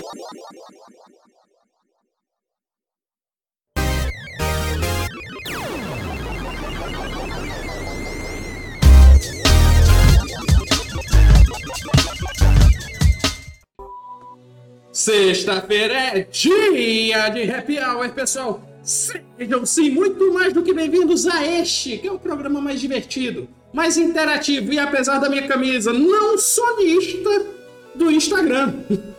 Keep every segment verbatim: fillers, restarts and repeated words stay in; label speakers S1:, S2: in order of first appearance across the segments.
S1: Sexta-feira é dia de Happy Hour, pessoal. Sejam sim muito mais do que bem-vindos a este, que é o programa mais divertido, mais interativo e, apesar da minha camisa, não sonista do Instagram.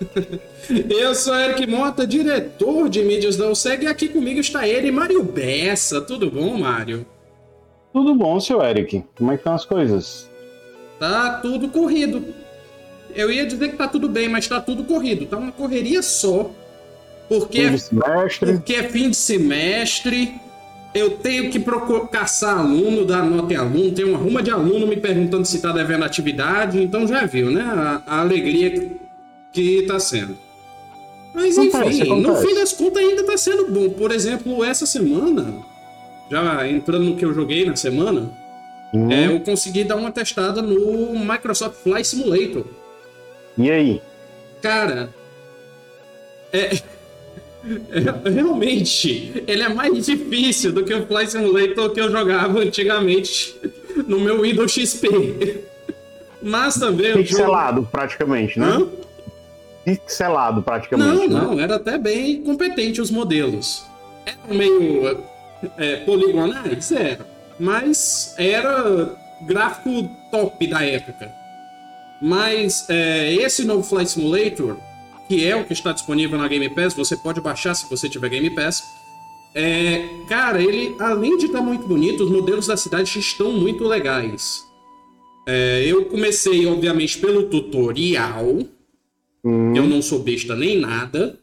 S1: Eu sou Eric Mota, diretor de mídias da U S E G, e aqui comigo está ele, Mário Bessa. Tudo bom, Mário?
S2: Tudo bom, seu Eric. Como é que estão as coisas?
S1: Tá tudo corrido. Eu ia dizer que tá tudo bem, mas tá tudo corrido. Tá uma correria só. Porque,
S2: fim de semestre.
S1: porque é fim de semestre. Eu tenho que procurar, caçar aluno, dar nota em aluno. Tem uma ruma de aluno me perguntando se tá devendo atividade. Então já viu, né? A, a alegria que tá sendo. Mas
S2: Acontece,
S1: enfim,
S2: acontece.
S1: no fim das contas ainda tá sendo bom. Por exemplo, essa semana, já entrando no que eu joguei na semana,
S2: Uhum.
S1: é, eu consegui dar uma testada no Microsoft Flight Simulator.
S2: E aí?
S1: Cara, é, é, realmente, ele é mais difícil do que o Flight Simulator que eu jogava antigamente no meu Windows X P. Mas também...
S2: Pixelado, praticamente, né?
S1: Hã?
S2: Pixelado, praticamente,
S1: Não,
S2: né?
S1: não, era até bem competente os modelos. Eram meio é, poligonais, era. Mas era gráfico top da época. Mas é, esse novo Flight Simulator, que é o que está disponível na Game Pass, você pode baixar se você tiver Game Pass. É, cara, ele, além de estar muito bonito, os modelos da cidade estão muito legais. É, eu comecei, obviamente, pelo tutorial.
S2: Hum.
S1: Eu não sou besta nem nada.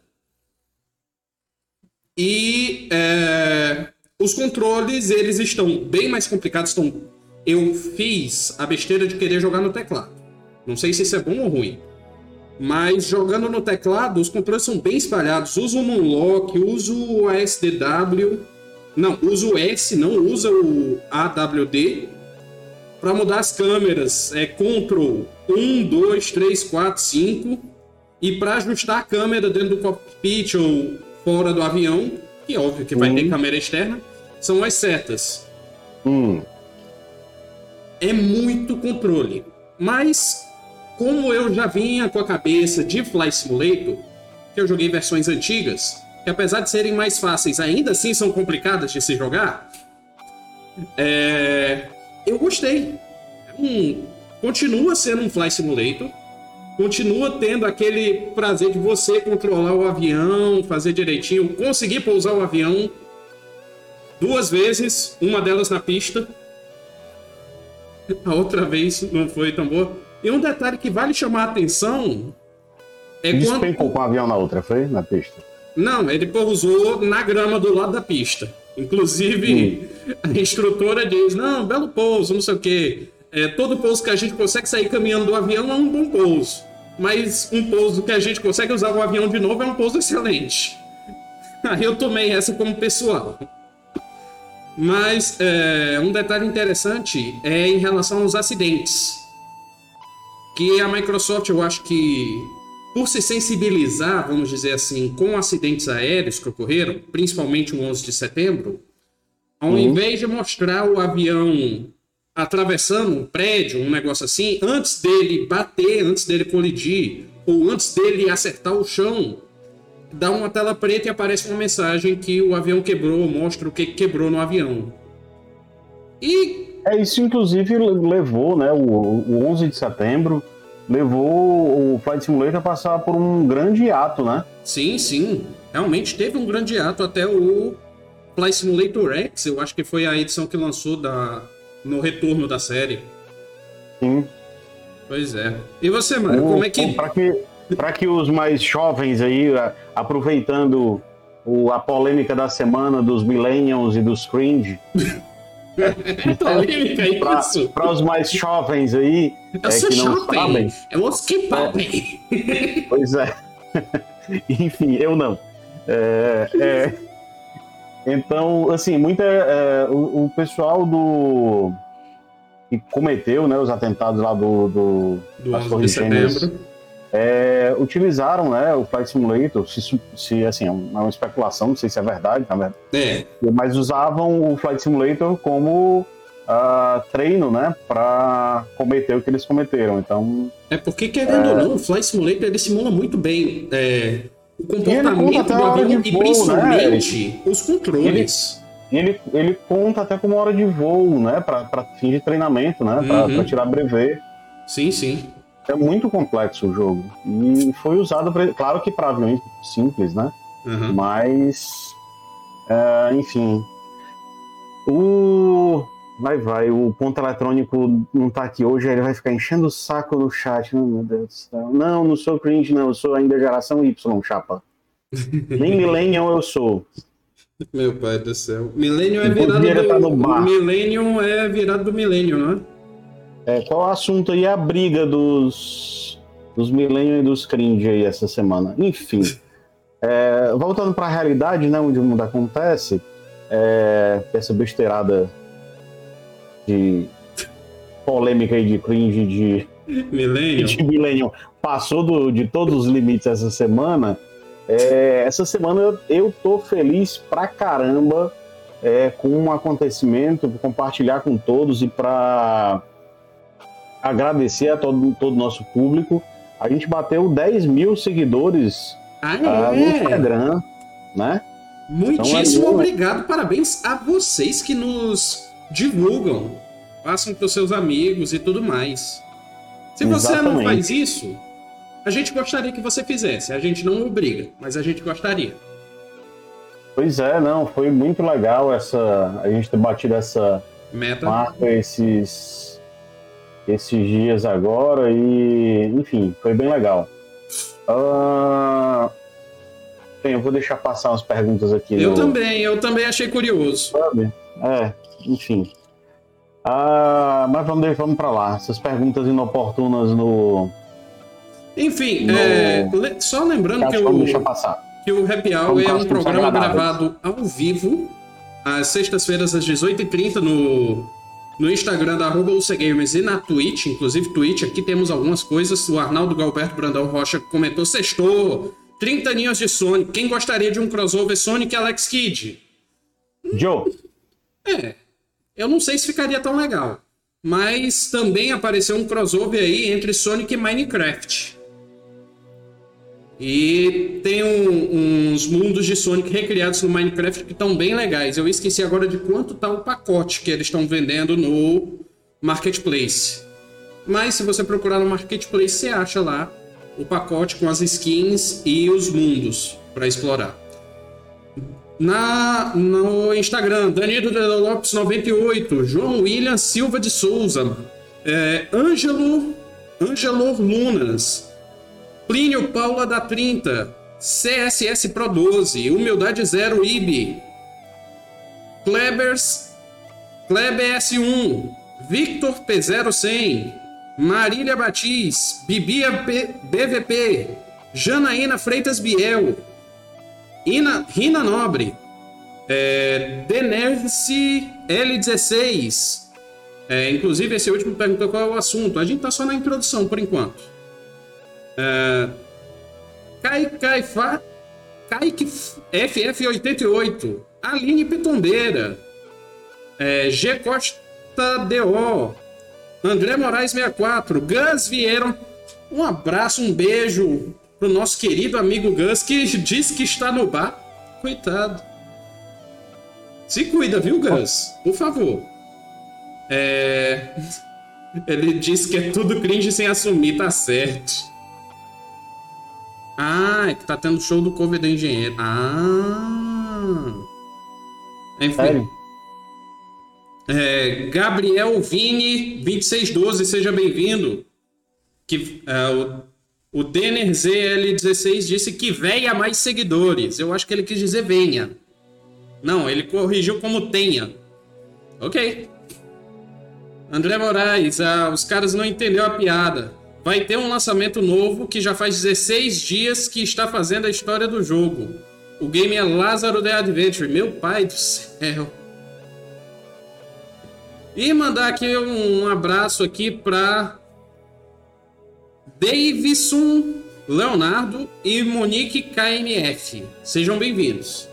S1: E é, os controles, eles estão bem mais complicados. Estão... Eu fiz a besteira de querer jogar no teclado. Não sei se isso é bom ou ruim. Mas jogando no teclado, os controles são bem espalhados. Usa o Moonlock, usa o A S D W. Não, usa o S, não usa o A W D. Para mudar as câmeras, é Ctrl um, dois, três, quatro, cinco. E para ajustar a câmera dentro do cockpit ou fora do avião, que é óbvio que vai
S2: Hum.
S1: ter câmera externa, são as setas.
S2: Hum.
S1: É muito controle. Mas... como eu já vinha com a cabeça de Flight Simulator, que eu joguei versões antigas, que apesar de serem mais fáceis, ainda assim são complicadas de se jogar, é... eu gostei. Hum, continua sendo um Flight Simulator, continua tendo aquele prazer de você controlar o avião, fazer direitinho, conseguir pousar o avião duas vezes, uma delas na pista, a outra vez não foi tão boa. E um detalhe que vale chamar a atenção é quando...
S2: Despencou com o avião na outra, foi? Na pista?
S1: Não, ele pousou na grama do lado da pista. Inclusive, hum. a instrutora diz, não, belo pouso, não sei o quê. É, todo pouso que a gente consegue sair caminhando do avião é um bom pouso. Mas um pouso que a gente consegue usar o avião de novo é um pouso excelente. Aí eu tomei essa como pessoal. Mas é, um detalhe interessante é em relação aos acidentes. Que a Microsoft, eu acho que, por se sensibilizar, vamos dizer assim, com acidentes aéreos que ocorreram, principalmente o onze de setembro, ao
S2: uhum.
S1: invés de mostrar o avião atravessando um prédio, um negócio assim, antes dele bater, antes dele colidir, ou antes dele acertar o chão, dá uma tela preta e aparece uma mensagem que o avião quebrou, mostra o que quebrou no avião. E...
S2: É, isso inclusive levou, né, o, o onze de setembro, levou o Flight Simulator a passar por um grande ato, né?
S1: Sim, sim. Realmente teve um grande ato até o Flight Simulator X, eu acho que foi a edição que lançou da, no retorno da série.
S2: Sim.
S1: Pois é. E você, Mário, como é que...
S2: Para que, para que os mais jovens aí, aproveitando o, a polêmica da semana dos millennials e dos cringe...
S1: polêmica, é isso?
S2: Para os mais jovens aí,
S1: eu
S2: é,
S1: sou
S2: que não
S1: jovem.
S2: sabem.
S1: Eu ouço K-pop.
S2: É, pois é. Enfim, eu não. É, é, então, assim, muita, é, o, o pessoal do que cometeu, né, os atentados lá do, do,
S1: do
S2: das
S1: onze de
S2: Torres Gêmeas,
S1: setembro.
S2: é, utilizaram, né, o Flight Simulator, se, se assim, é uma especulação, não sei se é verdade, na verdade,
S1: É.
S2: mas usavam o Flight Simulator como uh, treino, né, para cometer o que eles cometeram. Então,
S1: é porque, querendo é... ou não, o Flight Simulator ele simula muito bem é, o comportamento do avião e, principalmente, né, os controles.
S2: Ele, ele, ele conta até como hora de voo, né, para fim de treinamento, né, uhum. para tirar brevet.
S1: Sim, sim.
S2: É muito complexo o jogo. E foi usado, pra, claro que para aviões simples, né? Uhum. Mas, é, enfim. O. Vai, vai. O ponto eletrônico não tá aqui hoje, ele vai ficar enchendo o saco no chat. Oh, meu Deus do céu. Não, não sou cringe, não. Eu sou ainda geração Y, chapa. Nem Millennium eu sou.
S1: Meu pai do céu. Millennium é virado do... Tá no bar. Millennium é virado do Millennium, né?
S2: É, qual o assunto aí? A briga dos, dos Millennium e dos cringe aí essa semana. Enfim, é, voltando para a realidade, né, onde o mundo acontece, é, essa besteirada de polêmica aí de cringe de
S1: Millennium,
S2: de Millennium passou do, de todos os limites essa semana. É, essa semana eu, eu tô feliz pra caramba é, com um acontecimento, pra compartilhar com todos e para agradecer a todo todo o nosso público. A gente bateu dez mil seguidores
S1: ah,
S2: uh,
S1: é.
S2: no Instagram, né?
S1: Muitíssimo então, obrigado, parabéns a vocês que nos divulgam, passam para os seus amigos e tudo mais. Se você Exatamente. Não faz isso, a gente gostaria que você fizesse. A gente não obriga, mas a gente gostaria.
S2: Pois é, não, foi muito legal essa, a gente ter batido essa
S1: meta,
S2: marca esses, esses dias agora e, enfim, foi bem legal. Uh... Bem, eu vou deixar passar umas perguntas aqui.
S1: Eu
S2: no...
S1: também, eu também achei curioso.
S2: Sabe? É, enfim. Ah, mas vamos, vamos pra lá. Essas perguntas inoportunas no...
S1: Enfim, no... É, só lembrando que o, que o Happy Hour é um programa gravado ao vivo, às sextas-feiras, às dezoito e trinta, no, no Instagram da arroba U C Gamers e na Twitch. Inclusive, Twitch, aqui temos algumas coisas. O Arnaldo Galberto Brandão Rocha comentou, sextou, trinta aninhos de Sonic. Quem gostaria de um crossover Sonic e Alex Kidd?
S2: Joe.
S1: É, eu não sei se ficaria tão legal. Mas também apareceu um crossover aí entre Sonic e Minecraft. E tem um, uns mundos de Sonic recriados no Minecraft que estão bem legais. Eu esqueci agora de quanto tá o pacote que eles estão vendendo no Marketplace. Mas se você procurar no Marketplace, você acha lá o pacote com as skins e os mundos para explorar. Na, no Instagram, Danilo de Lopes noventa e oito, João William Silva de Souza, é, Ângelo, Ângelo Lunas, Plínio Paula da trinta, C S S Pro doze, Humildade Zero I B, Klebers, Kleber S um, Victor P zero cem, Marília Batiz, Bibia P, B V P, Janaína Freitas Biel, Ina, Rina Nobre, é, Denerce L dezesseis, é, inclusive esse último perguntou qual é o assunto. A gente tá só na introdução por enquanto. Uh, Kai Kaifa Kaique F F oitenta e oito, Aline Pitombeira, é, G Costa D O, André Moraes sessenta e quatro, Gus vieram. Um abraço, um beijo pro nosso querido amigo Gus, que diz que está no bar. Coitado. Se cuida, viu, Gus? Por favor. É... Ele disse que é tudo cringe sem assumir, tá certo. Ah, é que tá tendo show do cover do engenheiro. Ah. Enfim. É, Gabriel Vini, vinte e seis doze, seja bem-vindo. Que, uh, o, o Denner Z L dezesseis disse que venha mais seguidores. Eu acho que ele quis dizer venha. Não, ele corrigiu como tenha. Ok. André Moraes, ah, os caras não entenderam a piada. Vai ter um lançamento novo que já faz dezesseis dias que está fazendo a história do jogo. O game é Lázaro The Adventure. Meu pai do céu. E mandar aqui um abraço aqui para Davison Leonardo e Monique K M F. Sejam bem-vindos.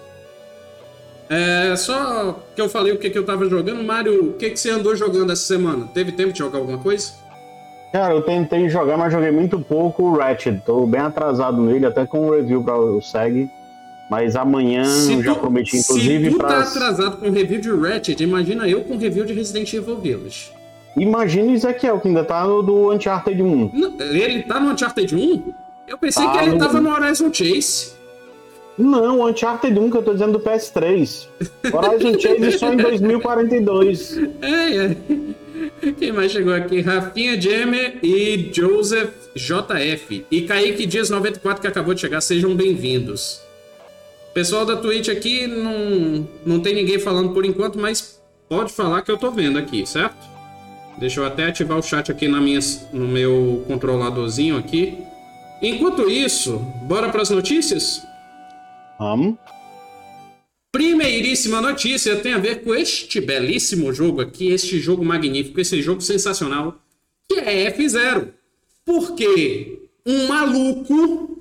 S1: É, só que eu falei o que, que eu tava jogando. Mário, o que, que você andou jogando essa semana? Teve tempo de jogar alguma coisa?
S2: Cara, eu tentei jogar, mas joguei muito pouco o Ratchet. Tô bem atrasado nele, até com o review para o S E G. Mas amanhã eu já prometi, inclusive,
S1: se tu
S2: pra...
S1: tá atrasado com review de Ratchet, imagina eu com review de Resident Evil Village.
S2: Imagina o Ezequiel, que ainda tá no do Uncharted um.
S1: Não, ele tá no Uncharted um? Eu pensei
S2: tá
S1: que ele
S2: no...
S1: tava no Horizon Chase.
S2: Não, o Uncharted um que eu tô dizendo do P S três. Horizon Chase só em dois mil e quarenta e dois.
S1: É, é. Quem mais chegou aqui? Rafinha Jammer e Joseph J F. E Kaique Dias noventa e quatro, que acabou de chegar. Sejam bem-vindos. Pessoal da Twitch aqui, não, não tem ninguém falando por enquanto, mas pode falar que eu tô vendo aqui, certo? Deixa eu até ativar o chat aqui na minha, no meu controladorzinho aqui. Enquanto isso, bora para as notícias?
S2: Vamos.
S1: Primeiríssima notícia tem a ver com este belíssimo jogo aqui, este jogo magnífico, esse jogo sensacional, que é F zero. Porque um maluco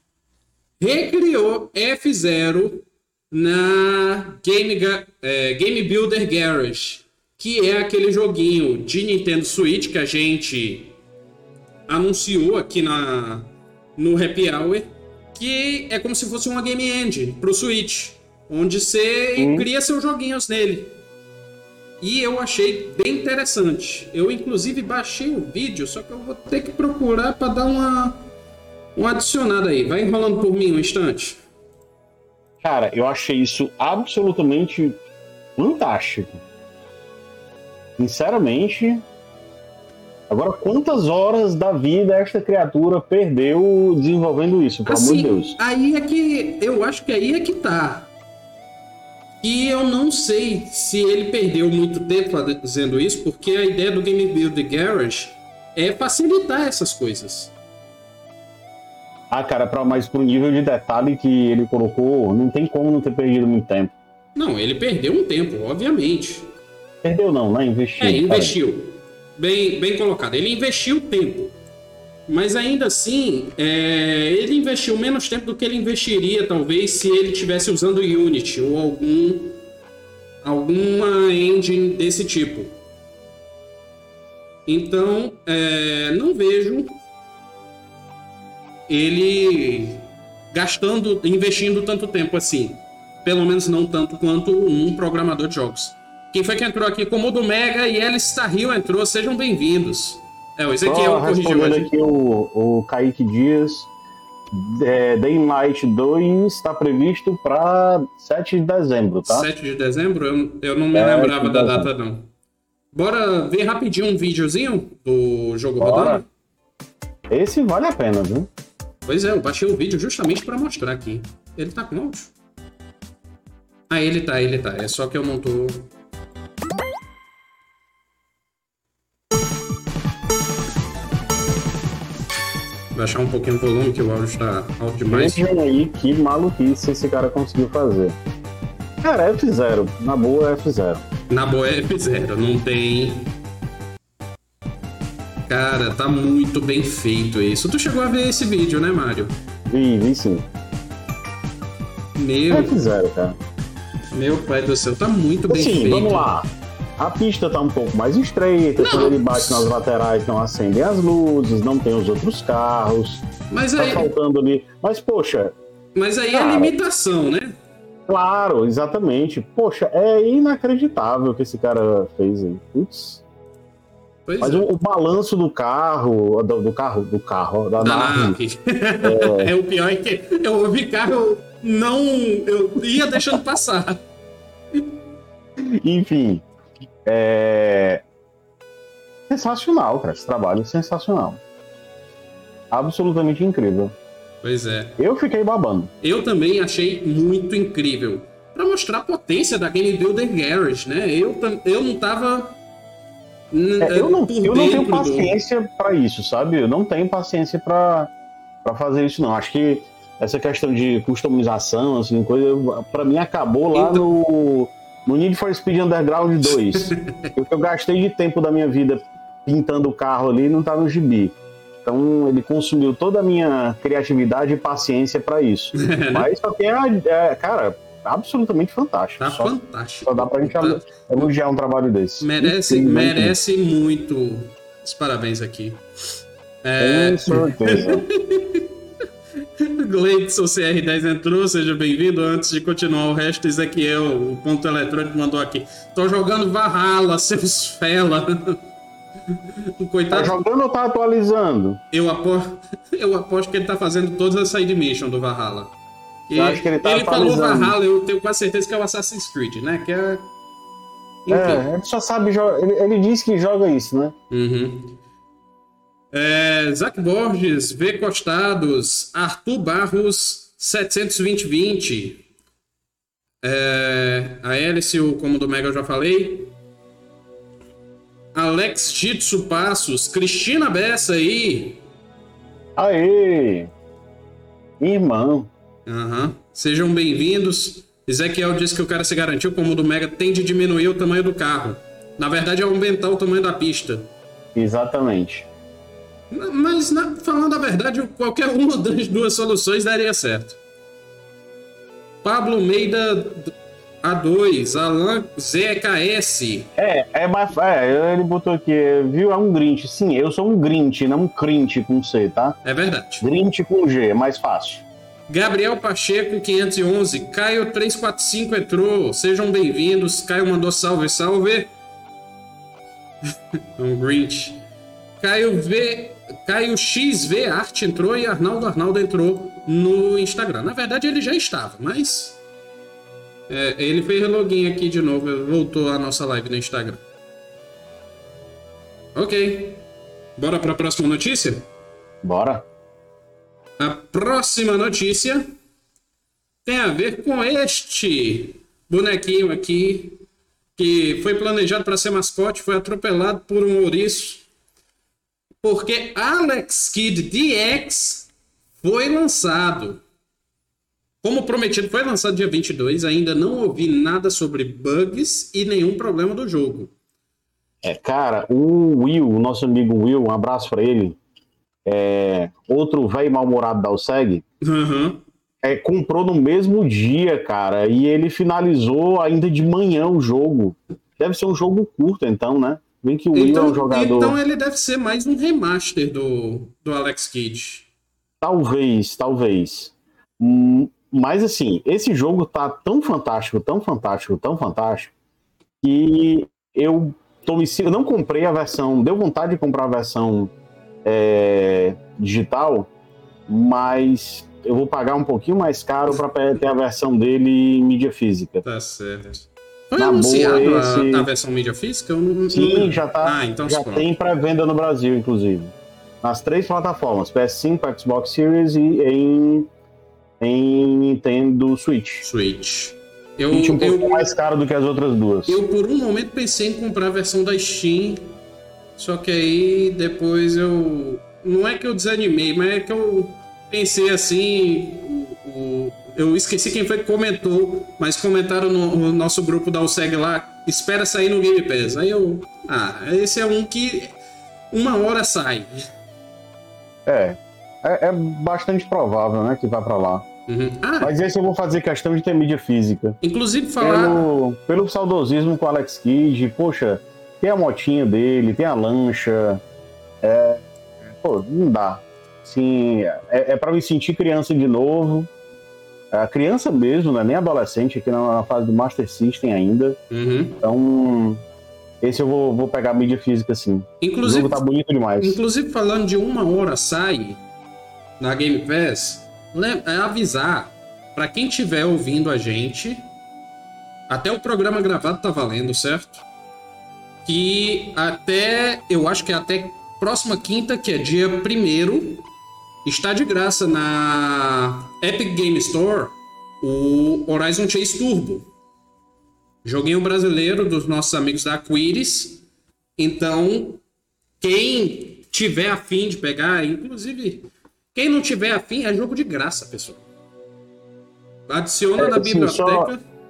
S1: recriou F zero na Game, é, Game Builder Garage, que é aquele joguinho de Nintendo Switch que a gente anunciou aqui na, no Happy Hour, que é como se fosse uma Game Engine pro Switch, onde você hum. cria seus joguinhos nele. E eu achei bem interessante. Eu, inclusive, baixei o vídeo, só que eu vou ter que procurar para dar uma, uma adicionada aí. Vai enrolando por mim um instante.
S2: Cara, eu achei isso absolutamente fantástico. Sinceramente. Agora, quantas horas da vida esta criatura perdeu desenvolvendo isso, pelo
S1: assim,
S2: amor de Deus?
S1: Aí é que... Eu acho que aí é que tá. E eu não sei se ele perdeu muito tempo fazendo isso, porque a ideia do Game Builder Garage é facilitar essas coisas.
S2: Ah, cara, pra, mas pro nível de detalhe que ele colocou, não tem como não ter perdido muito tempo.
S1: Não, ele perdeu um tempo, obviamente.
S2: Perdeu não, né? Investiu.
S1: É, investiu. Bem, bem colocado. Ele investiu tempo. Mas ainda assim, é, ele investiu menos tempo do que ele investiria, talvez, se ele estivesse usando Unity ou algum, alguma engine desse tipo. Então, é, não vejo ele gastando, investindo tanto tempo assim. Pelo menos não tanto quanto um programador de jogos. Quem foi que entrou aqui? Comodo Mega e Alice Starril entrou. Sejam bem-vindos. É, o Ezequiel
S2: oh,
S1: corrigiu
S2: aqui. aqui o, o Kaique Dias. É, Dying Light dois está previsto para sete de dezembro, tá?
S1: sete de dezembro? Eu, eu não me lembrava da data, não. Bora ver rapidinho um videozinho do jogo
S2: Bora.
S1: rodando?
S2: Esse vale a pena, viu?
S1: Pois é, eu baixei o vídeo justamente para mostrar aqui. Ele tá com áudio? Ah, ele tá, ele tá. É só que eu não tô... Baixar um pouquinho o volume, que o áudio está alto demais.
S2: Vejam aí que maluquice esse cara conseguiu fazer. Cara, F zero. Na boa, F zero.
S1: Na boa, F zero. Não tem... Cara, tá muito bem feito isso. Tu chegou a ver esse vídeo, né, Mário?
S2: Vi, vi sim.
S1: Meu...
S2: F zero, cara.
S1: Meu pai do céu, tá muito bem
S2: assim,
S1: feito.
S2: Vamos lá. A pista tá um pouco mais estreita, não. Quando ele bate nas laterais não acendem as luzes, não tem os outros carros.
S1: Mas
S2: tá
S1: aí...
S2: faltando ali. Mas, poxa...
S1: Mas aí
S2: cara,
S1: é limitação, né?
S2: Claro, exatamente. Poxa, é inacreditável o que esse cara fez aí. Putz.
S1: Pois
S2: Mas
S1: é.
S2: o, o balanço do carro, do, do carro, do carro, da,
S1: da
S2: nave.
S1: É... é o pior é que eu ouvi carro, eu não... Eu ia deixando passar.
S2: Enfim... É... sensacional, cara. Esse trabalho é sensacional. Absolutamente incrível.
S1: Pois é.
S2: Eu fiquei babando.
S1: Eu também achei muito incrível. Pra mostrar a potência da Game Builder Garage, né? Eu, eu não tava...
S2: É, eu não, eu não tenho paciência do... pra isso, sabe? Eu não tenho paciência pra, pra fazer isso, não. Acho que essa questão de customização, assim, coisa, pra mim acabou lá então... no... No Need for Speed Underground dois, o que eu gastei de tempo da minha vida pintando o carro ali não tá no gibi. Então ele consumiu toda a minha criatividade e paciência para isso. Mas só que é, é, cara, absolutamente fantástico.
S1: Tá
S2: só,
S1: fantástico.
S2: Só dá pra gente
S1: Tá.
S2: elogiar um trabalho desse.
S1: Merece,
S2: Incrível,
S1: merece muito os parabéns aqui.
S2: É... Com certeza.
S1: Gleidson C R dez entrou, seja bem-vindo. Antes de continuar o resto, Ezequiel, o ponto eletrônico, mandou aqui. Tô jogando Valhalla, seus fela. Coitado.
S2: Tá jogando ou tá atualizando?
S1: Eu aposto, eu aposto que ele tá fazendo todas as side missions do Valhalla. E
S2: eu acho que ele tá
S1: ele falou
S2: atualizando.
S1: Valhalla, eu tenho quase certeza que é o Assassin's Creed, né? Que é... Enfim.
S2: É, ele só sabe jogar. Ele, ele diz que joga isso, né?
S1: Uhum. É, Zac Borges, V Costados, Arthur Barros, setecentos e vinte vinte. É, a Hélice, o como do Mega eu já falei. Alex Titsu Passos, Cristina Bessa aí.
S2: Aê! Irmão.
S1: Uhum. Sejam bem-vindos. Ezequiel disse que o cara se garantiu, como o do Mega tem de diminuir o tamanho do carro. Na verdade, é aumentar o tamanho da pista.
S2: Exatamente.
S1: Mas, na, falando a verdade, qualquer uma das duas soluções daria certo. Pablo Meida A dois, Alan Z K S.
S2: É, é mais. É, ele botou aqui, viu? É um Grinch. Sim, eu sou um Grinch, não um Crint com C, tá?
S1: É verdade.
S2: Grinch com G, é mais fácil.
S1: Gabriel Pacheco, quinhentos e onze. Caio trezentos e quarenta e cinco entrou. Sejam bem-vindos. Caio mandou salve, salve. um Grinch. Caio V. Caio X V Arte entrou e Arnaldo Arnaldo entrou no Instagram. Na verdade, ele já estava, mas é, ele fez login aqui de novo, voltou a nossa live no Instagram. Ok. Bora para a próxima notícia?
S2: Bora.
S1: A próxima notícia tem a ver com este bonequinho aqui que foi planejado para ser mascote, foi atropelado por um ouriço. Porque Alex Kidd D X foi lançado. Como prometido, foi lançado dia vinte e dois. Ainda não ouvi nada sobre bugs e nenhum problema do jogo.
S2: É, cara, o Will, o nosso amigo Will, um abraço pra ele. É, outro velho mal-humorado da Alseg.
S1: Uhum.
S2: É, comprou no mesmo dia, cara. E ele finalizou ainda de manhã o jogo. Deve ser um jogo curto, então, né? Vem que o Will
S1: Então,
S2: é um jogador...
S1: então ele deve ser mais um remaster do, do Alex Kidd.
S2: Talvez, talvez. Hum, mas assim, esse jogo tá tão fantástico, tão fantástico, tão fantástico, que eu, tô me, eu não comprei a versão, deu vontade de comprar a versão é, digital, mas eu vou pagar um pouquinho mais caro para ter a versão dele em mídia física.
S1: Tá certo. Foi
S2: Na
S1: anunciado
S2: boa,
S1: a,
S2: esse...
S1: a versão mídia física? Eu não,
S2: Sim,
S1: não...
S2: já, tá,
S1: ah, então
S2: já tem pré-venda no Brasil, inclusive. Nas três plataformas, P S cinco, Xbox Series e em, em Nintendo Switch.
S1: Switch. Eu,
S2: um pouco
S1: eu,
S2: mais caro do que as outras duas.
S1: Eu, por um momento, pensei em comprar a versão da Steam, só que aí depois eu... Não é que eu desanimei, mas é que eu pensei assim... O, o, eu esqueci quem foi que comentou, mas comentaram no, no nosso grupo da Alseg lá, espera sair no Game Pass. Aí eu... Ah, esse é um que uma hora sai.
S2: É, é, é bastante provável, né, que vá pra lá.
S1: Uhum. Ah,
S2: mas esse eu vou fazer questão de ter mídia física.
S1: Inclusive falar...
S2: Pelo, pelo saudosismo com o Alex Kidd, poxa, tem a motinha dele, tem a lancha, é... Pô, não dá. Assim, é, é pra me sentir criança de novo. A criança mesmo, né, nem adolescente, aqui na, na fase do Master System ainda.
S1: Uhum.
S2: Então, esse eu vou, vou pegar a mídia física, sim.
S1: Inclusive,
S2: o jogo tá bonito demais.
S1: Inclusive, falando de uma hora sai na Game Pass, é avisar para quem estiver ouvindo a gente, até o programa gravado tá valendo, certo? Que até, eu acho que até próxima quinta, que é dia primeiro, está de graça na Epic Game Store o Horizon Chase Turbo. Joguinho brasileiro dos nossos amigos da Aquiris. Então, quem tiver afim de pegar, inclusive, quem não tiver afim, é jogo de graça, pessoal. Adiciona
S2: é,
S1: na
S2: assim,
S1: biblioteca.
S2: Só,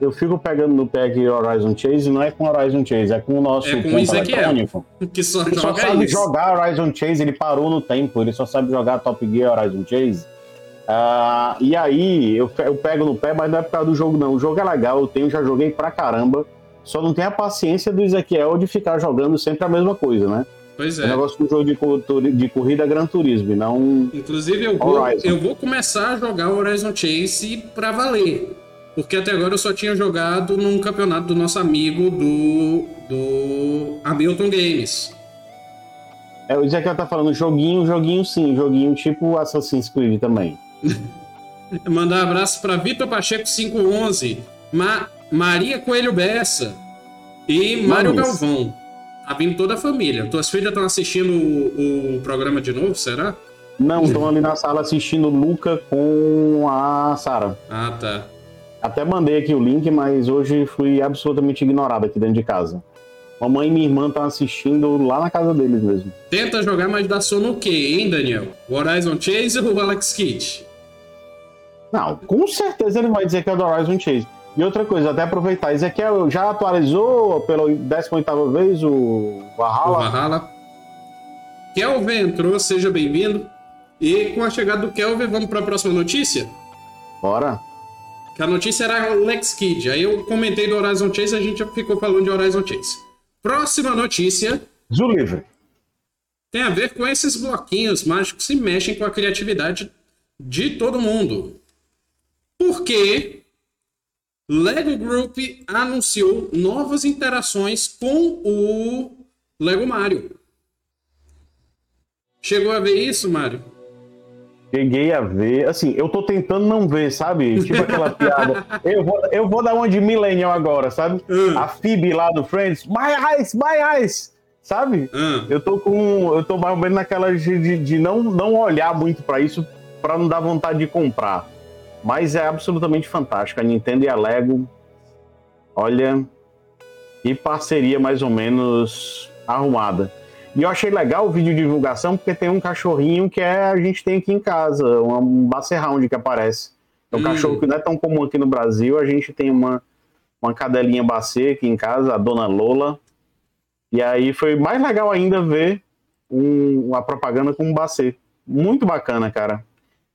S2: eu fico pegando no pé aqui Horizon Chase, não é com Horizon Chase, é com o nosso
S1: é com o Ezequiel, que só
S2: ele
S1: joga
S2: só sabe
S1: isso.
S2: jogar Horizon Chase, ele parou no tempo, ele só sabe jogar Top Gear Horizon Chase. Uh, e aí, eu, eu pego no pé, mas não é por causa do jogo, não. O jogo é legal, eu tenho, já joguei pra caramba. Só não tem a paciência do Ezequiel de ficar jogando sempre a mesma coisa, né?
S1: Pois é.
S2: O negócio do jogo de, de corrida é Gran Turismo, não.
S1: Inclusive, eu vou, eu vou começar a jogar o Horizon Chase pra valer. Porque até agora eu só tinha jogado num campeonato do nosso amigo do, do Hamilton Games.
S2: É, o Ezequiel tá falando joguinho, joguinho sim, joguinho tipo Assassin's Creed também.
S1: Mandar um abraço para Vitor Pacheco cinco onze, Ma Maria Coelho Bessa e Mário Galvão. Tá vindo toda a família. Tuas filhas estão assistindo o, o programa de novo, será?
S2: Não, estão ali na sala assistindo Luca com a Sara.
S1: Ah, tá.
S2: Até mandei aqui o link, mas hoje fui absolutamente ignorado aqui dentro de casa. Mamãe e minha irmã estão assistindo lá na casa deles mesmo.
S1: Tenta jogar, mas dá sono o quê, hein, Daniel? O Horizon Chase ou o Alex Kidd?
S2: Não, com certeza ele vai dizer que é do Horizon Chase. E outra coisa, até aproveitar, Ezequiel já atualizou pela décima oitava vez o Valhalla?
S1: O Valhalla. Kelvin entrou, seja bem-vindo. E com a chegada do Kelvin, vamos para a próxima notícia?
S2: Bora.
S1: Que a notícia era Alex Kidd. Aí eu comentei do Horizon Chase, a gente já ficou falando de Horizon Chase. Próxima notícia.
S2: Zulivre.
S1: Tem a ver com esses bloquinhos mágicos que mexem com a criatividade de todo mundo. Porque Lego Group anunciou novas interações com o Lego Mario. Chegou a ver isso, Mário?
S2: Cheguei a ver. Assim, eu tô tentando não ver, sabe? Tipo aquela piada. Eu vou, eu vou dar uma de Millennial agora, sabe? Uh. A Phoebe lá do Friends. My eyes, my eyes! Sabe? Uh. Eu tô com... Eu tô mais ou menos naquela de, de não, não olhar muito pra isso, pra não dar vontade de comprar. Mas é absolutamente fantástico. A Nintendo e a Lego, olha, que parceria mais ou menos arrumada. E eu achei legal o vídeo de divulgação, porque tem um cachorrinho que é, a gente tem aqui em casa, um Basset-Hound que aparece. É um hum. cachorro que não é tão comum aqui no Brasil. A gente tem uma, uma cadelinha Basset aqui em casa, a Dona Lola. E aí foi mais legal ainda ver um, uma propaganda com um Basset. Muito bacana, cara.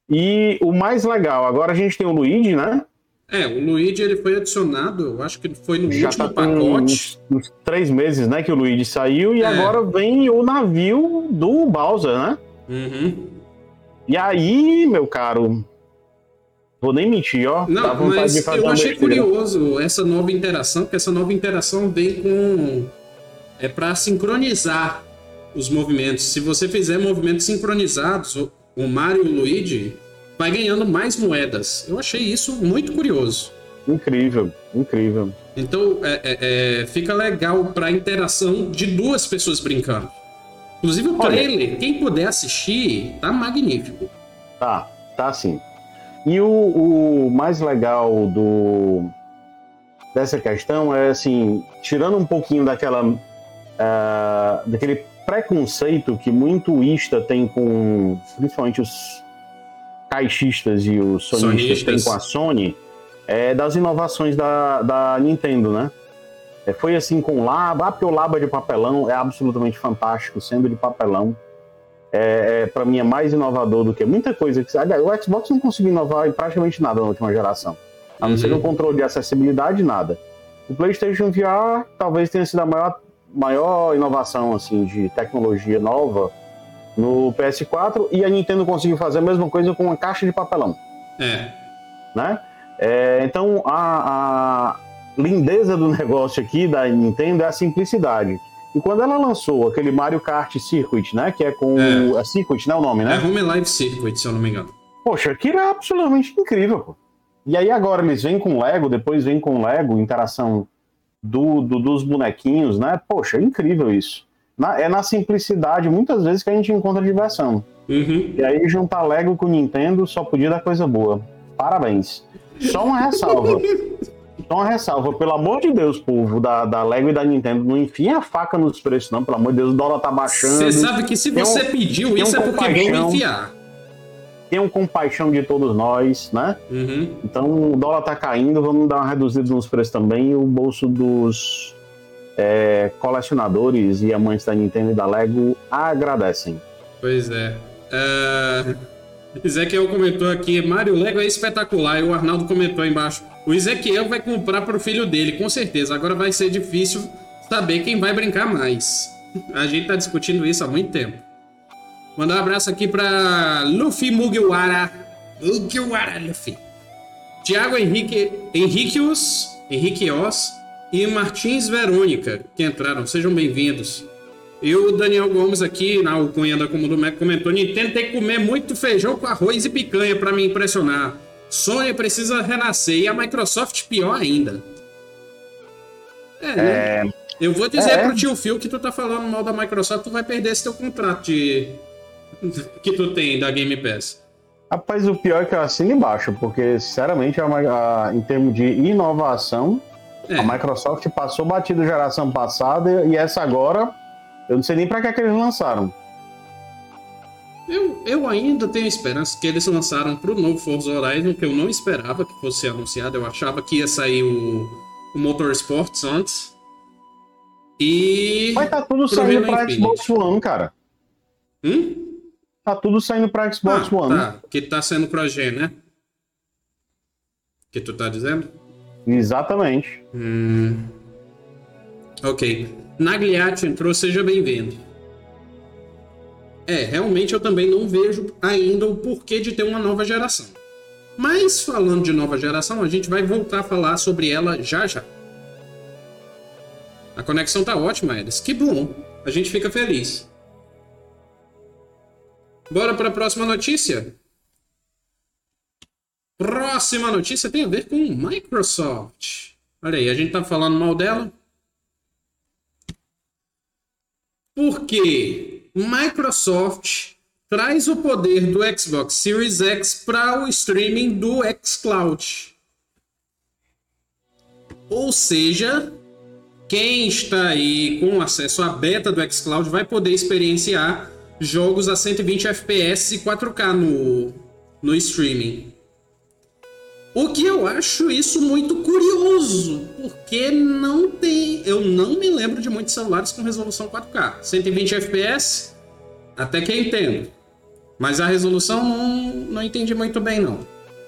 S2: E o mais legal, agora a gente tem o Luigi, né?
S1: É, o Luigi ele foi adicionado, eu acho que ele foi no
S2: Já
S1: último
S2: tá
S1: pacote.
S2: Uns, uns três meses, né, que o Luigi saiu, e é. agora vem o navio do Bowser, né?
S1: Uhum.
S2: E aí, meu caro, vou nem mentir, ó.
S1: Não, mas de eu achei curioso essa nova interação, porque essa nova interação vem com... É para sincronizar os movimentos. Se você fizer movimentos sincronizados, o Mario e o Luigi vai ganhando mais moedas. Eu achei isso muito curioso.
S2: Incrível, incrível.
S1: Então, é, é, é, fica legal para interação de duas pessoas brincando. Inclusive o trailer, olha, quem puder assistir, tá magnífico.
S2: Tá, tá sim. E o, o mais legal do dessa questão é, assim, tirando um pouquinho daquela uh, daquele preconceito que muito ista tem com, principalmente os caixistas e os sonistas, sonistas. têm com a Sony, é, das inovações da, da Nintendo, né? É, foi assim com o Laba, ah, porque o Laba de papelão é absolutamente fantástico, sendo de papelão. É, é, para mim é mais inovador do que muita coisa que... O Xbox não conseguiu inovar em praticamente nada na última geração. A não uhum. ser no controle de acessibilidade, nada. O PlayStation V R talvez tenha sido a maior, maior inovação assim, de tecnologia nova no P S quatro, e a Nintendo conseguiu fazer a mesma coisa com uma caixa de papelão.
S1: É.
S2: Né? É, então, a, a lindeza do negócio aqui da Nintendo é a simplicidade. E quando ela lançou aquele Mario Kart Circuit, né? Que é com... É, é Circuit, né? O nome, né?
S1: É Home Live Circuit, se eu não me engano.
S2: Poxa, aquilo é absolutamente incrível, pô. E aí agora eles vêm com Lego, depois vêm com Lego, interação do, do, dos bonequinhos, né? Poxa, é incrível isso. Na, é na simplicidade, muitas vezes, que a gente encontra diversão.
S1: Uhum.
S2: E aí juntar Lego com Nintendo só podia dar coisa boa. Parabéns. Só uma ressalva. Só uma ressalva. Pelo amor de Deus, povo da, da Lego e da Nintendo, não enfia a faca nos preços, não. Pelo amor de Deus, o dólar tá baixando.
S1: Você sabe que se você um, pediu isso um é porque vão enfiar.
S2: tenham compaixão de todos nós, né?
S1: Uhum.
S2: Então o dólar tá caindo, vamos dar uma reduzida nos preços também, e o bolso dos é, colecionadores e amantes da Nintendo e da Lego agradecem.
S1: Pois é. Uh... Ezequiel comentou aqui, Mario Lego é espetacular, e o Arnaldo comentou aí embaixo, o Ezequiel vai comprar pro filho dele, com certeza, agora vai ser difícil saber quem vai brincar mais. A gente tá discutindo isso há muito tempo. Mandar um abraço aqui pra Luffy Mugiwara. Mugiwara, Luffy. Thiago Henrique, Henriqueos, Henriqueos e Martins Verônica, que entraram, sejam bem-vindos. E o Daniel Gomes aqui, na Alcunha da Comum do Mac, comentou, Nintendo tem que comer muito feijão com arroz e picanha pra me impressionar. Sony precisa renascer e a Microsoft pior ainda. É, né? É... Eu vou dizer é. pro tio Phil que tu tá falando mal da Microsoft, tu vai perder esse teu contrato de... que tu tem da Game Pass.
S2: Rapaz, o pior é que eu assino embaixo, porque, sinceramente, a, a, em termos de inovação, é. a Microsoft passou batido geração passada e essa agora... Eu não sei nem pra que, é que eles lançaram.
S1: Eu, eu ainda tenho esperança que eles lançaram pro novo Forza Horizon, que eu não esperava que fosse anunciado. Eu achava que ia sair o, o Motorsports antes. E...
S2: Mas tá tudo saindo pra Infinite. Xbox One, cara.
S1: Hum?
S2: Tá tudo saindo pra Xbox ah, One.
S1: Tá, que tá sendo Crogen, né? Que tu tá dizendo?
S2: Exatamente.
S1: Hum... Ok. Nagliati entrou, seja bem-vindo. É, realmente eu também não vejo ainda o porquê de ter uma nova geração. Mas, falando de nova geração, a gente vai voltar a falar sobre ela já já. A conexão tá ótima, Elis. Que bom. A gente fica feliz. Bora para a próxima notícia? Próxima notícia tem a ver com Microsoft. Olha aí, a gente tá falando mal dela. Porque Microsoft traz o poder do Xbox Series X para o streaming do xCloud. Ou seja, quem está aí com acesso à beta do xCloud vai poder experienciar jogos a cento e vinte F P S e quatro K no, no streaming. O que eu acho isso muito curioso, porque não tem, eu não me lembro de muitos celulares com resolução quatro K. cento e vinte F P S, até que eu entendo. Mas a resolução não, não entendi muito bem, não.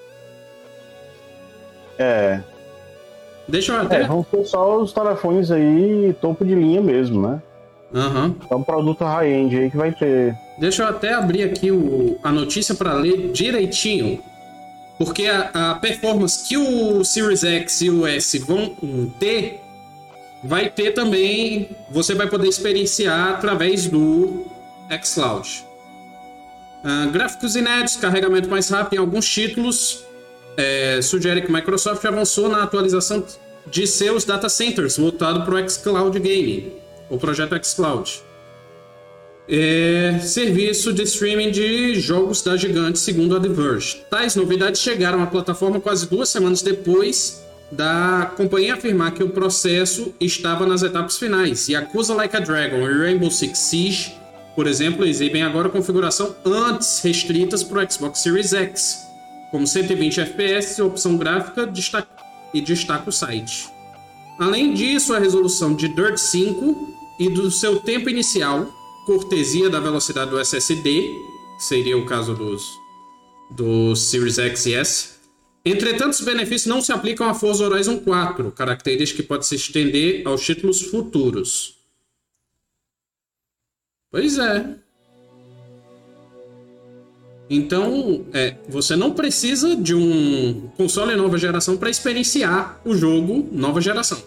S2: É.
S1: Deixa eu até...
S2: É, vão ser só os telefones aí, topo de linha mesmo, né?
S1: Aham. Uhum.
S2: É um produto high-end aí que vai ter.
S1: Deixa eu até abrir aqui o, a notícia para ler direitinho. Porque a, a performance que o Series X e o S vão ter, vai ter também, você vai poder experienciar através do xCloud. Uh, gráficos inéditos, carregamento mais rápido em alguns títulos, é, sugere que a Microsoft avançou na atualização de seus data centers voltado para o xCloud Gaming, o projeto xCloud. É, serviço de streaming de jogos da gigante, segundo a The Verge. Tais novidades chegaram à plataforma quase duas semanas depois da companhia afirmar que o processo estava nas etapas finais. E Yakuza Like a Dragon e Rainbow Six Siege, por exemplo, exibem agora configuração antes restritas para o Xbox Series X, como cento e vinte F P S, opção gráfica destaca, e destaca o site. Além disso, a resolução de Dirt cinco e do seu tempo inicial, cortesia da velocidade do S S D, que seria o caso dos, dos Series X e S. Entretanto, os benefícios não se aplicam a Forza Horizon quatro, característica que pode se estender aos títulos futuros. Pois é. Então, é, você não precisa de um console nova geração para experienciar o jogo nova geração.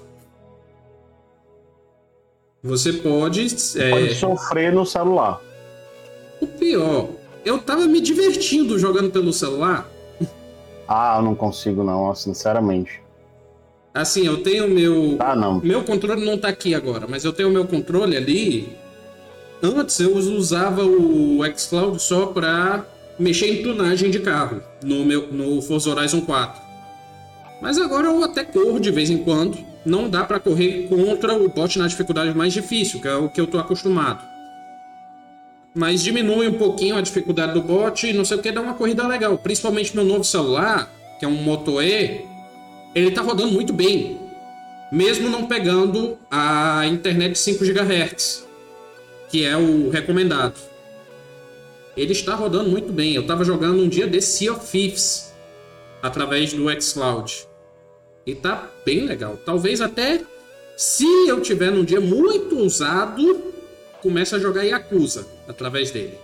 S1: Você pode... É...
S2: Pode sofrer no celular.
S1: O pior, eu tava me divertindo jogando pelo celular.
S2: Ah, eu não consigo não, sinceramente.
S1: Assim, eu tenho meu...
S2: Ah, não.
S1: Meu controle não tá aqui agora, mas eu tenho o meu controle ali. Antes eu usava o xCloud só pra mexer em tunagem de carro no, meu, no Forza Horizon quatro. Mas agora eu até corro de vez em quando. Não dá pra correr contra o bot na dificuldade mais difícil, que é o que eu tô acostumado. mas diminui um pouquinho a dificuldade do bot e não sei o que, dá uma corrida legal. Principalmente meu novo celular, que é um Moto E, ele tá rodando muito bem, mesmo não pegando a internet de cinco gigahertz, que é o recomendado. Ele está rodando muito bem. Eu estava jogando um dia desse Sea of Thieves através do xCloud. E tá bem legal. Talvez até, se eu tiver num dia muito usado, comece a jogar Yakuza através dele.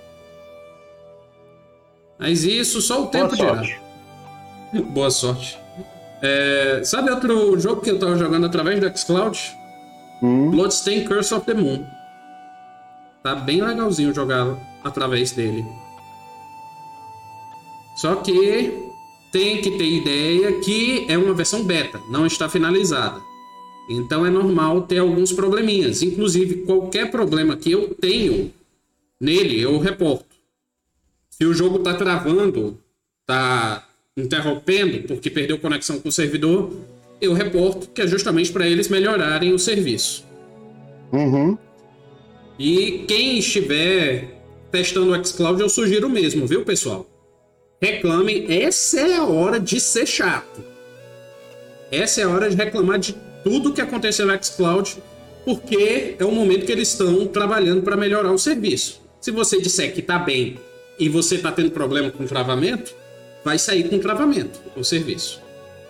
S1: Mas isso só o tempo dirá. Boa sorte. É, sabe outro jogo que eu tava jogando através do xCloud? Hum. Bloodstained Curse of the Moon. Tá bem legalzinho jogar através dele. Só que tem que ter ideia que é uma versão beta, não está finalizada. Então é normal ter alguns probleminhas. Inclusive, qualquer problema que eu tenho nele, eu reporto. Se o jogo tá travando, tá interrompendo porque perdeu conexão com o servidor, eu reporto, que é justamente para eles melhorarem o serviço.
S2: Uhum.
S1: E quem estiver testando o xCloud, eu sugiro mesmo, viu, pessoal? Reclamem, essa é a hora de ser chato. Essa é a hora de reclamar de tudo que aconteceu no xCloud, porque é o momento que eles estão trabalhando para melhorar o serviço. Se você disser que tá bem e você tá tendo problema com travamento, vai sair com travamento o serviço.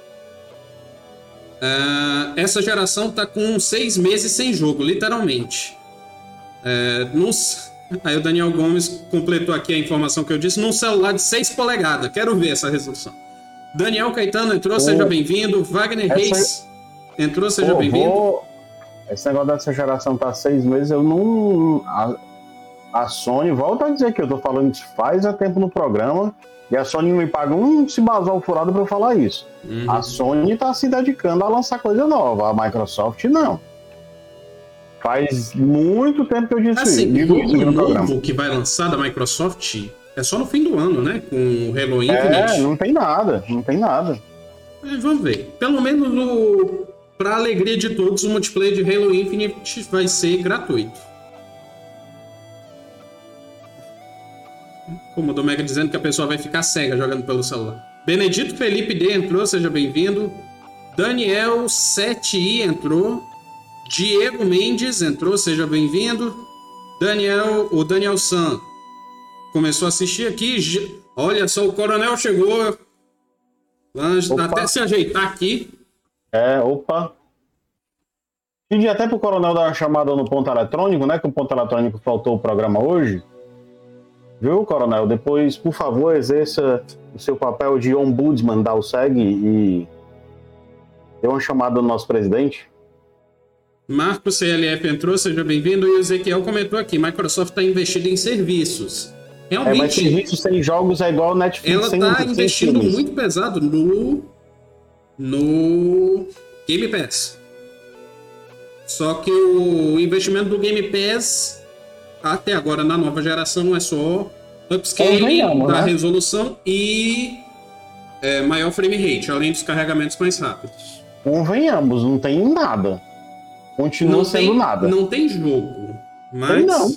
S1: Uh, essa geração tá com seis meses sem jogo, literalmente. Uh, num... Aí o Daniel Gomes completou aqui a informação que eu disse, num celular de seis polegadas. Quero ver essa resolução. Daniel Caetano entrou, oh, seja bem-vindo. Wagner essa... Reis entrou, seja oh, bem-vindo. Vou...
S2: Esse negócio dessa geração tá seis meses, eu não... A, a Sony, volta a dizer que eu tô falando isso faz há tempo no programa, e a Sony me paga um cibazol furado pra eu falar isso. Uhum. A Sony tá se dedicando a lançar coisa nova, a Microsoft não. Faz muito tempo que eu disse
S1: assim,
S2: isso.
S1: O jogo novo que vai lançar da Microsoft é só no fim do ano, né? Com o Halo Infinite.
S2: É, não tem nada, não tem nada.
S1: É, vamos ver. Pelo menos no... pra alegria de todos, o multiplayer de Halo Infinite vai ser gratuito. Como o Domega dizendo que a pessoa vai ficar cega jogando pelo celular. Benedito Felipe D entrou, seja bem-vindo. Daniel sete i entrou. Diego Mendes entrou, seja bem-vindo. Daniel, o Daniel San começou a assistir aqui. Olha só, o Coronel chegou. Vamos até se ajeitar aqui.
S2: É, opa. Pedi até pro Coronel dar uma chamada no ponto eletrônico, né? Que o ponto eletrônico faltou o programa hoje. Viu, Coronel? Depois, por favor, exerça o seu papel de ombudsman da U S E G e dê uma chamada no nosso presidente.
S1: Marco C L F entrou, seja bem-vindo. E o Ezequiel comentou aqui, Microsoft está investindo em serviços. Realmente,
S2: é, mas serviços sem jogos é igual Netflix.
S1: Ela está investindo muito pesado no, no Game Pass. Só que o investimento do Game Pass, até agora na nova geração, é só upscaling então, da né? resolução e é, maior frame rate, além dos carregamentos mais rápidos.
S2: Convenhamos, não tem nada. Continua não sendo
S1: tem,
S2: nada.
S1: Não tem jogo, mas...
S2: Tem não.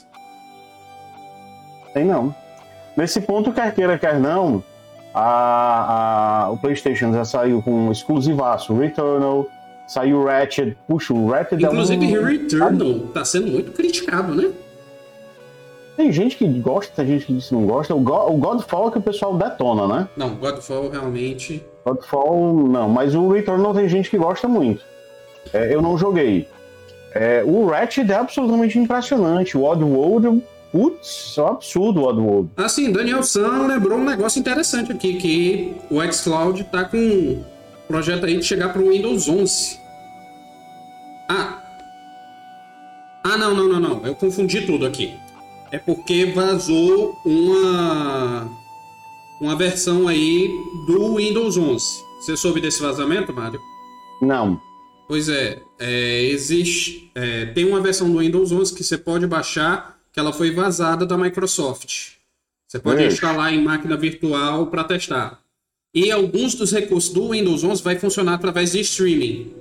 S2: Tem não. Nesse ponto, quer queira, quer não, a, a, o PlayStation já saiu com um exclusivaço, Returnal, saiu Ratchet. Puxa, o Ratchet
S1: Inclusive,
S2: é um...
S1: Returnal tá sendo muito criticado, né?
S2: Tem gente que gosta, tem gente que diz que não gosta. O, God, o Godfall é que o pessoal detona, né?
S1: Não, Godfall realmente...
S2: Godfall, não. Mas o Returnal tem gente que gosta muito. É, eu não joguei. É, o Ratchet é absolutamente impressionante. O Oddworld, putz, é um absurdo o Oddworld.
S1: Assim, Daniel San lembrou um negócio interessante aqui, que o xCloud tá com um projeto aí de chegar pro Windows onze. Ah. Ah, não, não, não, não. Eu confundi tudo aqui. É porque vazou uma, uma versão aí do Windows onze. Você soube desse vazamento, Mário?
S2: Não.
S1: Pois é, é existe, é, tem uma versão do Windows onze que você pode baixar, que ela foi vazada da Microsoft. Você pode Ixi. instalar em máquina virtual para testar. E alguns dos recursos do Windows onze vai funcionar através de streaming,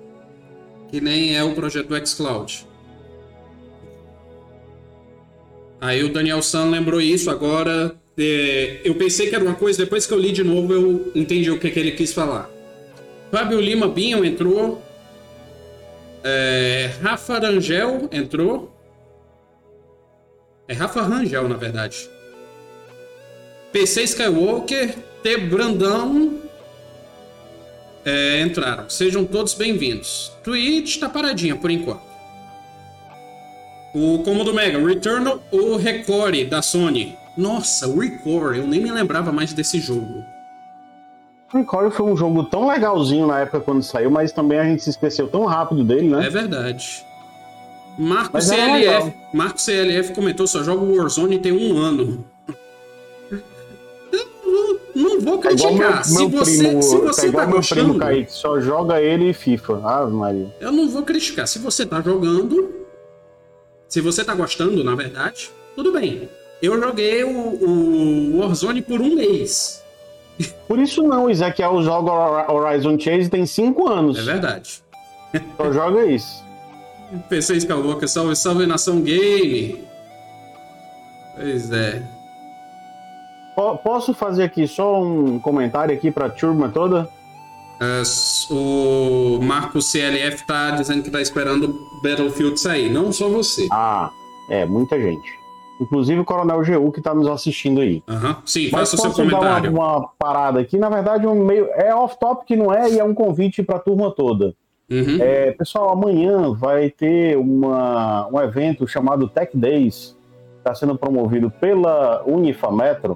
S1: que nem é o projeto do xCloud. Aí o Daniel San lembrou isso, agora é, eu pensei que era uma coisa, depois que eu li de novo eu entendi o que, que ele quis falar. Fábio Lima Binho entrou. É, Rafa Rangel entrou. É Rafa Rangel, na verdade. P C Skywalker, T Brandão é, entraram. Sejam todos bem-vindos. Twitch tá paradinha por enquanto. O Cômodo Mega, Returnal ou Recore da Sony? Nossa, o Recore, eu nem me lembrava mais desse jogo.
S2: O Recore foi um jogo tão legalzinho na época quando saiu, mas também a gente se esqueceu tão rápido dele, né?
S1: É verdade. Marco C L F, Marco C L F comentou, só joga o Warzone tem um ano. Eu não vou criticar.
S2: É meu,
S1: se,
S2: meu
S1: você,
S2: primo,
S1: se você
S2: é
S1: tá
S2: meu
S1: gostando...
S2: primo Kaique, só joga ele e FIFA. Ah, Maria.
S1: Eu não vou criticar. Se você tá jogando... Se você tá gostando, na verdade, tudo bem. Eu joguei o, o Warzone por um mês.
S2: Por isso não, o Ezequiel joga Horizon Chase tem cinco anos.
S1: É verdade.
S2: Só joga isso.
S1: P C Skywalker, salve, salve Nação Game. Pois é.
S2: P- posso fazer aqui só um comentário aqui pra turma toda?
S1: Uh, o Marco C L F tá dizendo que tá esperando Battlefield sair, não só você.
S2: Ah, é, muita gente. Inclusive o Coronel G U que tá nos assistindo aí.
S1: Uhum. Sim,
S2: Mas
S1: faça o seu
S2: posso dar
S1: comentário.
S2: uma, uma parada aqui? Na verdade, um meio, é off-topic, não é? E é um convite pra turma toda.
S1: Uhum.
S2: É, pessoal, amanhã vai ter uma, um evento chamado Tech Days, que está sendo promovido pela Unifametro,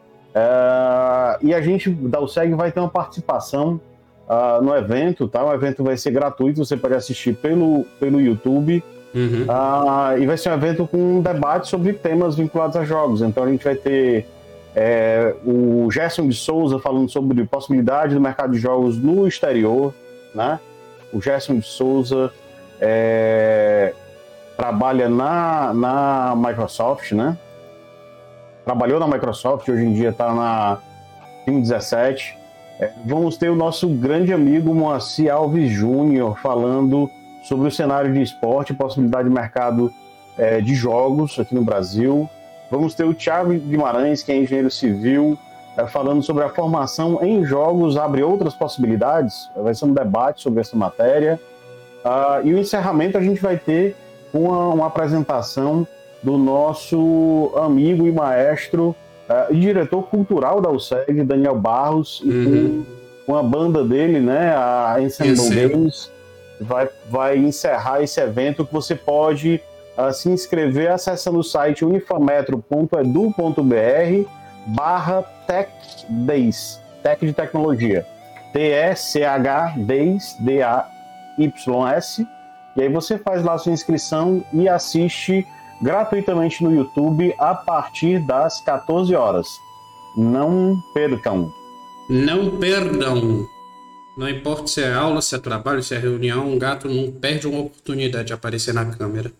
S2: é, e a gente da U S E G vai ter uma participação uh, no evento, tá? O evento vai ser gratuito, você pode assistir pelo, pelo YouTube,
S1: Uhum.
S2: uh, e vai ser um evento com um debate sobre temas vinculados a jogos. Então a gente vai ter é, o Gerson de Souza falando sobre possibilidade do mercado de jogos no exterior, né? O Gerson de Souza é, trabalha na, na Microsoft, né? Trabalhou na Microsoft, hoje em dia está na Team dezessete. É, vamos ter o nosso grande amigo Moacir Alves Júnior falando sobre o cenário de esporte, possibilidade de mercado é, de jogos aqui no Brasil. Vamos ter o Thiago Guimarães, que é engenheiro civil, é, falando sobre a formação em jogos, abre outras possibilidades. Vai ser um debate sobre essa matéria. Uh, e o encerramento a gente vai ter uma, uma apresentação do nosso amigo e maestro uh, e diretor cultural da U S E G, Daniel Barros,
S1: Uhum.
S2: e com, com a banda dele, né, a Ensemble Games, vai, vai encerrar esse evento que você pode uh, se inscrever acessando o site unifametro ponto edu ponto br barra Tech Days, Tech de tecnologia, T E C H Days, D A Y S, e aí você faz lá a sua inscrição e assiste gratuitamente no YouTube a partir das quatorze horas. Não percam.
S1: Não perdam. Não importa se é aula, se é trabalho, se é reunião, um gato não perde uma oportunidade de aparecer na câmera.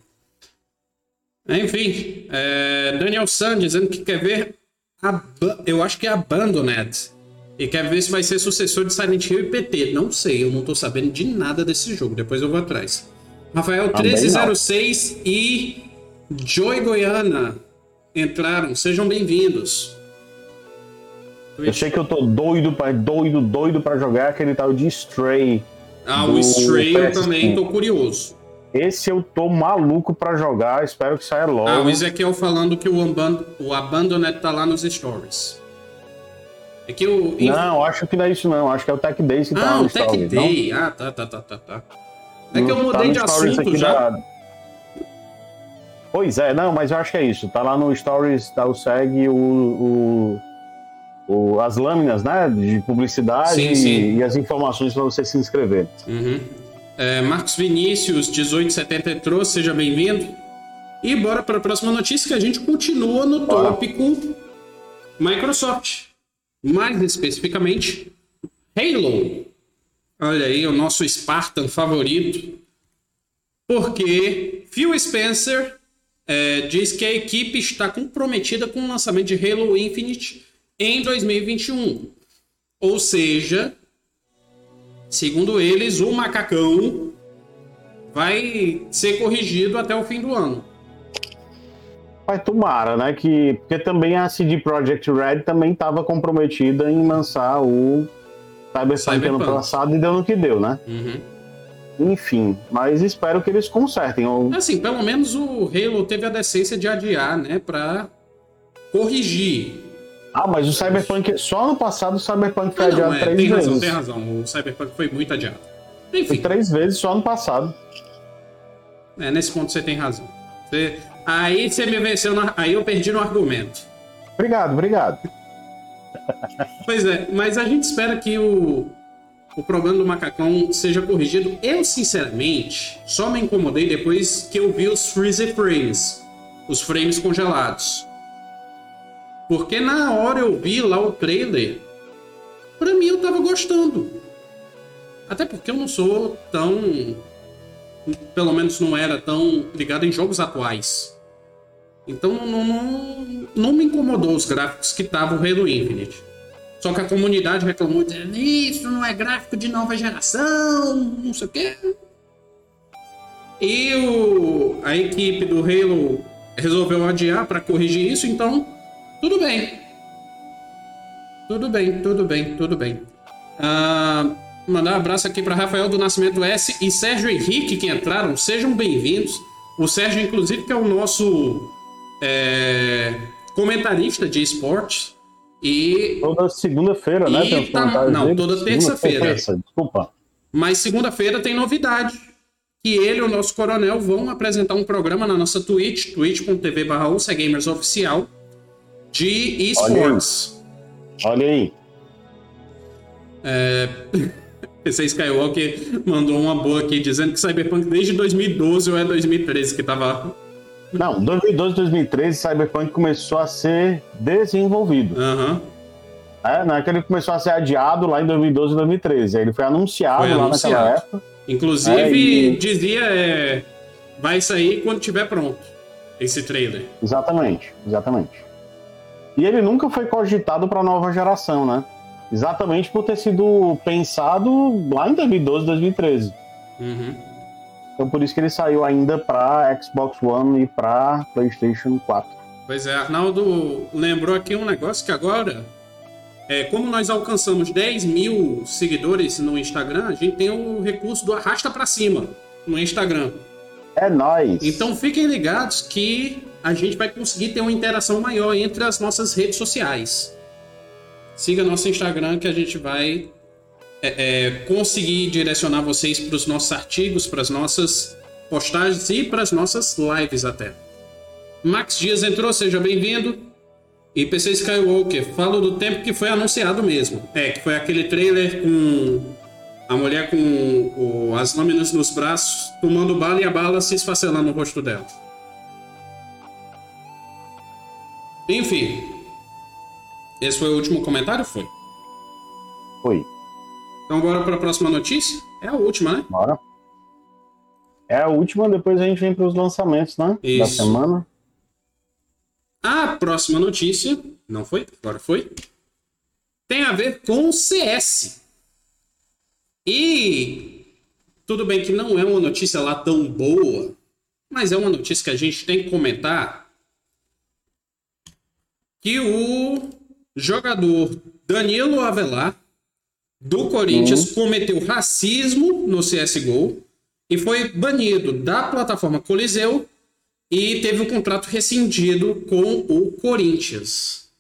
S1: Enfim, é, Daniel San dizendo que quer ver, a, eu acho que é Abandoned, e quer ver se vai ser sucessor de Silent Hill e P T. Não sei, eu não tô sabendo de nada desse jogo, depois eu vou atrás. Rafael treze zero seis e Joy Goiana entraram, sejam bem-vindos.
S2: Eu sei que eu tô doido, pra, doido, doido pra jogar aquele tal de Stray.
S1: Ah, o Stray eu também tô curioso.
S2: Esse eu tô maluco pra jogar, espero que saia logo.
S1: Ah, o Ezequiel falando que o, Aband o Abandoned tá lá nos stories. É que o...
S2: Não, acho que não é isso não, acho que é o Tech Days que tá
S1: ah,
S2: lá no
S1: o Tech
S2: stories.
S1: Day.
S2: Não?
S1: Ah, tá, tá, tá, tá, tá. É que eu mudei tá de assunto já. Da...
S2: Pois é, não, mas eu acho que é isso. Tá lá no stories da U S E G o... o... O, as lâminas, né, de publicidade
S1: sim, sim.
S2: E as informações para você se inscrever.
S1: Uhum. É, Marcos Vinícius, dezoito setenta entrou, seja bem-vindo. E bora para a próxima notícia, que a gente continua no bora. Tópico Microsoft. Mais especificamente, Halo. Olha aí, o nosso Spartan favorito. Porque Phil Spencer é, diz que a equipe está comprometida com o lançamento de Halo Infinite em dois mil e vinte e um. Ou seja, segundo eles, o macacão vai ser corrigido até o fim do ano.
S2: Rapaz, tomara, né? Que, porque também a C D Projekt Red também estava comprometida em lançar o Cyberpunk, Cyberpunk ano passado e deu no que deu, né?
S1: Uhum.
S2: Enfim, mas espero que eles consertem.
S1: Assim, pelo menos o Halo teve a decência de adiar, né? Pra corrigir.
S2: Ah, mas o Cyberpunk, só ano passado o Cyberpunk foi ah, não, adiado
S1: é,
S2: três
S1: tem
S2: vezes.
S1: Razão, tem razão, o Cyberpunk foi muito adiado. Enfim.
S2: Foi três vezes só ano passado.
S1: É, nesse ponto você tem razão. Você... Aí você me venceu, no... aí eu perdi no argumento.
S2: Obrigado, obrigado.
S1: Pois é, mas a gente espera que o, o problema do macacão seja corrigido. Eu, sinceramente, só me incomodei depois que eu vi os freezer frames, os frames congelados. Porque na hora eu vi lá o trailer, pra mim eu tava gostando. Até porque eu não sou tão... Pelo menos não era tão ligado em jogos atuais. Então não, não, não me incomodou os gráficos que estavam no Halo Infinite. Só que a comunidade reclamou dizendo: isso não é gráfico de nova geração, não sei o quê. E o, a equipe do Halo resolveu adiar para corrigir isso, então tudo bem. Tudo bem, tudo bem, tudo bem. Ah... Mandar um abraço aqui para Rafael do Nascimento S e Sérgio Henrique que entraram. Sejam bem-vindos. O Sérgio, inclusive, que é o nosso é, comentarista de esportes. E...
S2: Toda segunda-feira, né?
S1: Tem tá... Não, dele. Toda terça-feira.
S2: Terça, desculpa.
S1: Mas segunda-feira tem novidade. Que ele e o nosso coronel vão apresentar um programa na nossa Twitch, twitch ponto tv barra UlsaGamers Oficial, de esportes.
S2: Olha aí. Olha aí.
S1: É... P C Skywalker mandou uma boa aqui dizendo que Cyberpunk desde dois mil e doze ou é dois mil e treze que tava...
S2: Não, dois mil e doze, dois mil e treze Cyberpunk começou a ser desenvolvido.
S1: Uhum.
S2: É, não é que ele começou a ser adiado lá em dois mil e doze e dois mil e treze. Ele foi anunciado
S1: foi
S2: lá
S1: anunciado.
S2: naquela época.
S1: Inclusive, é, e... dizia, é, vai sair quando tiver pronto esse trailer.
S2: Exatamente, exatamente. E ele nunca foi cogitado para nova geração, né? Exatamente por ter sido pensado lá em dois mil e doze, dois mil e treze.
S1: Uhum.
S2: Então por isso que ele saiu ainda para Xbox One e para PlayStation quatro.
S1: Pois é, Arnaldo lembrou aqui um negócio que agora, é, como nós alcançamos dez mil seguidores no Instagram, a gente tem o recurso do arrasta para cima no Instagram.
S2: É nóis!
S1: Então fiquem ligados que a gente vai conseguir ter uma interação maior entre as nossas redes sociais. Siga nosso Instagram que a gente vai é, é, conseguir direcionar vocês para os nossos artigos, para as nossas postagens e para as nossas lives até. Max Dias entrou, seja bem-vindo. E P C Skywalker, falo do tempo que foi anunciado mesmo. É, que foi aquele trailer com a mulher com o, as lâminas nos braços, tomando bala e a bala se esfacelando no rosto dela. Enfim... Esse foi o último comentário, foi?
S2: Foi.
S1: Então bora para a próxima notícia? É a última, né?
S2: Bora. É a última, depois a gente vem para os lançamentos, né?
S1: Isso.
S2: Da semana.
S1: A próxima notícia, não foi? Agora foi. Tem a ver com o C S. E tudo bem que não é uma notícia lá tão boa, mas é uma notícia que a gente tem que comentar que o jogador Danilo Avelar, do Corinthians, uhum. cometeu racismo no C S G O e foi banido da plataforma Coliseu e teve o contrato rescindido com o Corinthians.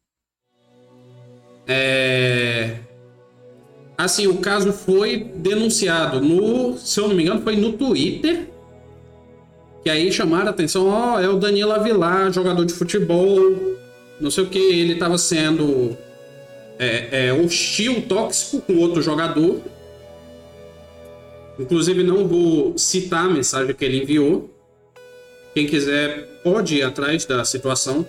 S1: É... Assim, o caso foi denunciado no, se eu não me engano, foi no Twitter, que aí chamaram a atenção, ó, oh, é o Danilo Avelar, jogador de futebol... não sei o que, ele estava sendo é, é, hostil, tóxico com outro jogador. Inclusive não vou citar a mensagem que ele enviou. Quem quiser pode ir atrás da situação.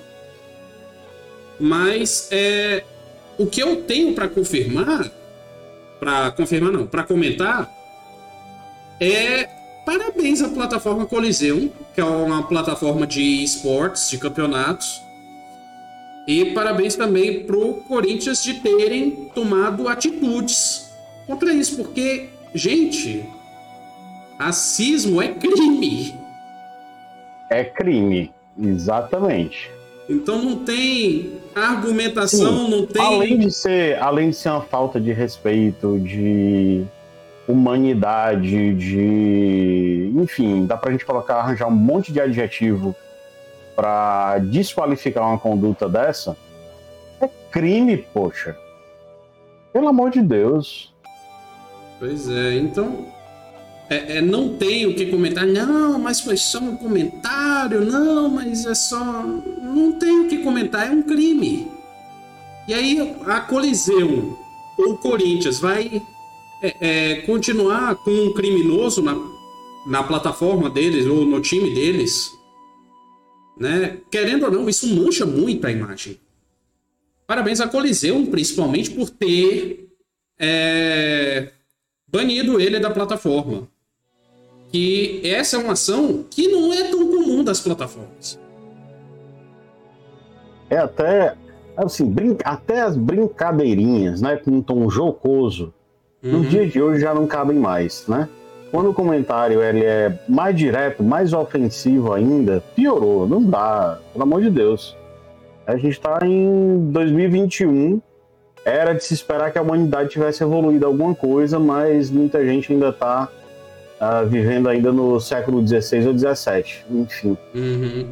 S1: Mas é, o que eu tenho para confirmar, para confirmar não, para comentar, é parabéns à plataforma Coliseu, que é uma plataforma de esportes, de campeonatos. E parabéns também pro Corinthians de terem tomado atitudes contra isso, porque, gente, racismo é crime.
S2: É crime. Exatamente.
S1: Então não tem argumentação, Sim, não tem...
S2: Além de ser, além de ser uma falta de respeito, de humanidade, de... Enfim, dá pra gente colocar, arranjar um monte de adjetivo para desqualificar uma conduta dessa. É crime, poxa. Pelo amor de Deus.
S1: Pois é, então... É, é, não tem o que comentar. Não, mas foi só um comentário. Não, mas é só... Não tem o que comentar, é um crime. E aí a Coliseu ou o Corinthians vai é, é, continuar com um criminoso na, na plataforma deles ou no time deles, né? Querendo ou não, isso mancha muito a imagem. Parabéns à Coliseu, principalmente por ter é, banido ele da plataforma. Que essa é uma ação que não é tão comum das plataformas.
S2: É até, assim, brin- até as brincadeirinhas, né, com um tom jocoso, uhum. no dia de hoje já não cabem mais, né? Quando o comentário ele é mais direto, mais ofensivo ainda, piorou, não dá, pelo amor de Deus. A gente está em dois mil e vinte e um, era de se esperar que a humanidade tivesse evoluído alguma coisa, mas muita gente ainda está uh, vivendo ainda no século dezesseis ou dezessete, enfim.
S1: Uhum.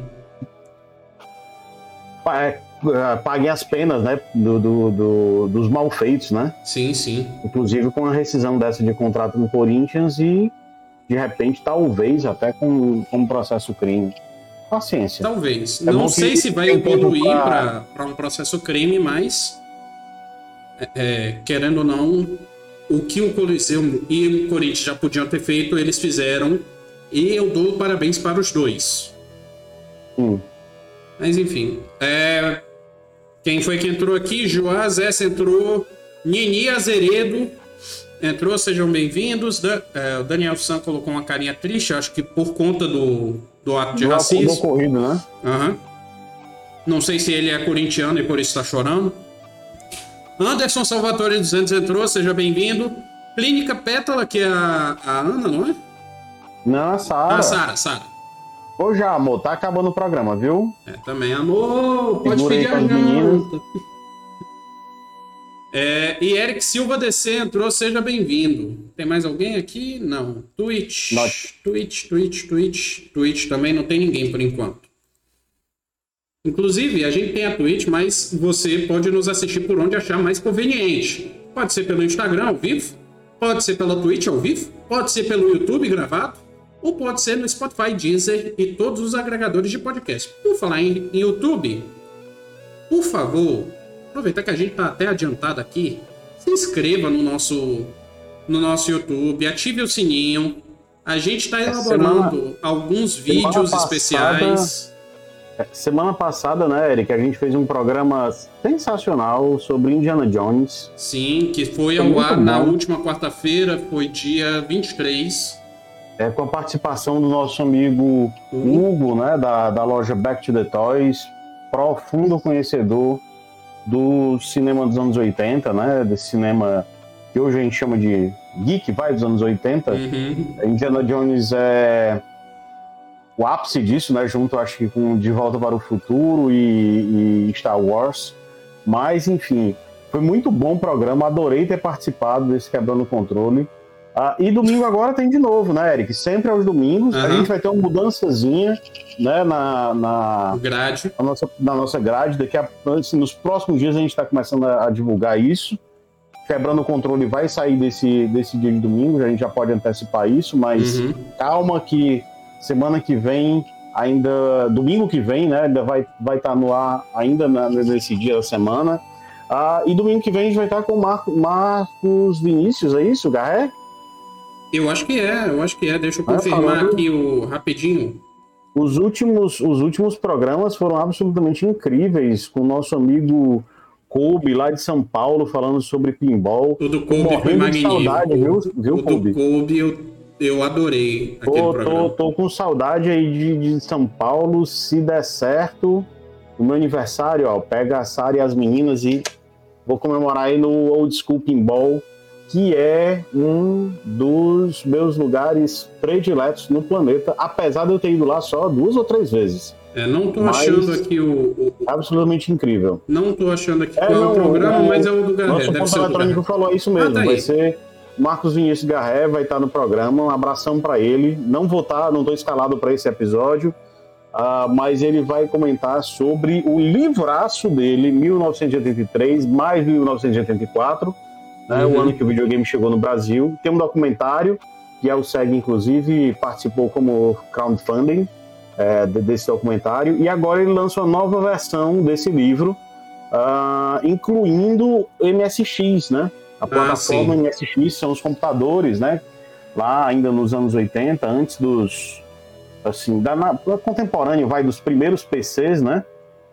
S2: Paguem as penas, né, do, do, do, dos malfeitos, né?
S1: Sim, sim.
S2: Inclusive com a rescisão dessa de contrato no Corinthians e, de repente, talvez até com, com um processo crime. Paciência.
S1: Talvez. É Não sei se vai evoluir para pra... um processo crime, mas, é, é, querendo ou não, o que o Coliseu e o Corinthians já podiam ter feito, eles fizeram. E eu dou parabéns para os dois.
S2: Hum.
S1: Mas, enfim. É... Quem foi que entrou aqui? Joás S entrou. Nini Azeredo entrou. Sejam bem-vindos. Da... É, o Daniel San colocou uma carinha triste, acho que por conta do, do ato de do racismo.
S2: Do ocorrido, né?
S1: Uhum. Não sei se ele é corintiano e por isso está chorando. Anderson Salvatore duzentos entrou. Seja bem-vindo. Clínica Pétala, que é a, a Ana, não é?
S2: Não, a Sara.
S1: Ah, Sara, Sara.
S2: Ô, já, amor, tá acabando o programa, viu?
S1: É, também, amor, pode pedir a janta. É, e Eric Silva D C entrou, seja bem-vindo. Tem mais alguém aqui? Não. Twitch, Not. Twitch, Twitch, Twitch, Twitch também não tem ninguém por enquanto. Inclusive, a gente tem a Twitch, mas você pode nos assistir por onde achar mais conveniente. Pode ser pelo Instagram ao vivo, pode ser pela Twitch ao vivo, pode ser pelo YouTube gravado, ou pode ser no Spotify, Deezer e todos os agregadores de podcast. Por falar em, em YouTube, por favor, aproveitar que a gente está até adiantado aqui, se inscreva no nosso, no nosso YouTube, ative o sininho. A gente está elaborando semana, alguns vídeos passada, especiais.
S2: Semana passada, né, Eric, a gente fez um programa sensacional sobre Indiana Jones.
S1: Sim, que foi ao ar na última quarta-feira, foi dia vinte e três.
S2: É, com a participação do nosso amigo Hugo, né, da, da loja Back to the Toys, profundo conhecedor do cinema dos anos oitenta, né, desse cinema que hoje a gente chama de geek, vai, dos anos oitenta.
S1: Uhum.
S2: Indiana Jones é o ápice disso, né, junto, acho que com De Volta para o Futuro e, e Star Wars. Mas, enfim, foi muito bom o programa, adorei ter participado desse Quebrando o Controle. Ah, e domingo agora tem de novo, né, Eric? Sempre aos domingos. Uhum. A gente vai ter uma mudançazinha, né, na, na,
S1: grade.
S2: na, nossa, na nossa grade. Daqui a, assim, nos próximos dias a gente está começando a, a divulgar isso. Quebrando o Controle vai sair desse, desse dia de domingo, a gente já pode antecipar isso, mas uhum. calma que semana que vem, ainda domingo que vem, né, ainda vai estar vai tá no ar ainda na, nesse dia da semana. Ah, e domingo que vem a gente vai estar com o Marco, Marcos Vinícius, é isso, Garré?
S1: Eu acho que é, eu acho que é. Deixa eu confirmar ah, aqui o rapidinho.
S2: Os últimos, os últimos programas foram absolutamente incríveis, com o nosso amigo Kobe, lá de São Paulo, falando sobre pinball.
S1: O do Kobe foi magnífico. Saudade, viu, viu, o Kobe? do Kobe eu, eu adorei aquele tô, programa.
S2: Tô, tô com saudade aí de, de São Paulo. Se der certo, o meu aniversário, ó, pega a Sara e as meninas e vou comemorar aí no Old School Pinball, que é um dos meus lugares prediletos no planeta, apesar de eu ter ido lá só duas ou três vezes.
S1: É, não tô
S2: Mas
S1: achando aqui o, o-
S2: absolutamente incrível.
S1: Não tô achando aqui
S2: É,
S1: qual é
S2: não,
S1: o programa,
S2: o-
S1: mas é o do Garré.
S2: Nosso
S1: Deve
S2: ponto
S1: ser o do
S2: eletrônico
S1: Garré.
S2: falou isso
S1: Ah,
S2: mesmo.
S1: tá
S2: Vai
S1: aí.
S2: ser Marcos Vinícius Garré, vai estar no programa. Um abração para ele. Não vou estar, não estou escalado para esse episódio, ah, mas ele vai comentar sobre o livraço dele, mil novecentos e oitenta e três mais mil novecentos e oitenta e quatro, né,
S1: Uhum.
S2: o ano que o videogame chegou no Brasil. Tem um documentário que a USEG, inclusive, participou como crowdfunding é, desse documentário, e agora ele lança uma nova versão desse livro, uh, incluindo M S X, né? A plataforma
S1: sim.
S2: M S X são os computadores, né? Lá ainda nos anos oitenta, antes dos... assim, da, na, contemporâneo, vai, dos primeiros P Cs, né?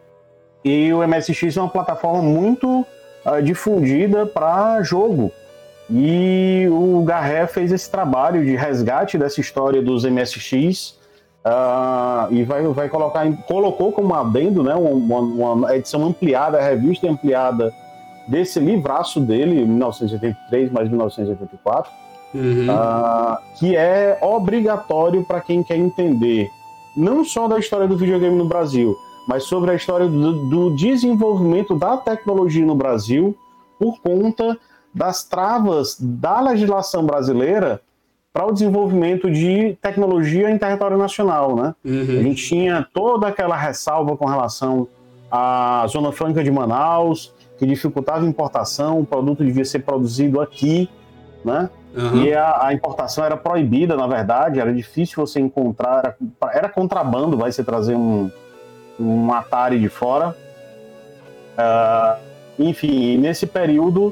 S2: E o M S X é uma plataforma muito uh, difundida para jogo. E o Garré fez esse trabalho de resgate dessa história dos M S X, uh, e vai, vai colocar, colocou como adendo, né, uma, uma edição ampliada, a revista ampliada desse livraço dele, mil novecentos e oitenta e três mais mil novecentos e oitenta e quatro,
S1: Uhum.
S2: uh, que é obrigatório para quem quer entender não só da história do videogame no Brasil, mas sobre a história do, do desenvolvimento da tecnologia no Brasil por conta das travas da legislação brasileira para o desenvolvimento de tecnologia em território nacional, né?
S1: Uhum.
S2: A gente tinha toda aquela ressalva com relação à Zona Franca de Manaus, que dificultava a importação, o produto devia ser produzido aqui, né?
S1: Uhum.
S2: E a, a importação era proibida, na verdade, era difícil você encontrar, era, era contrabando, vai você trazer um, um Atari de fora. Uh, enfim, nesse período,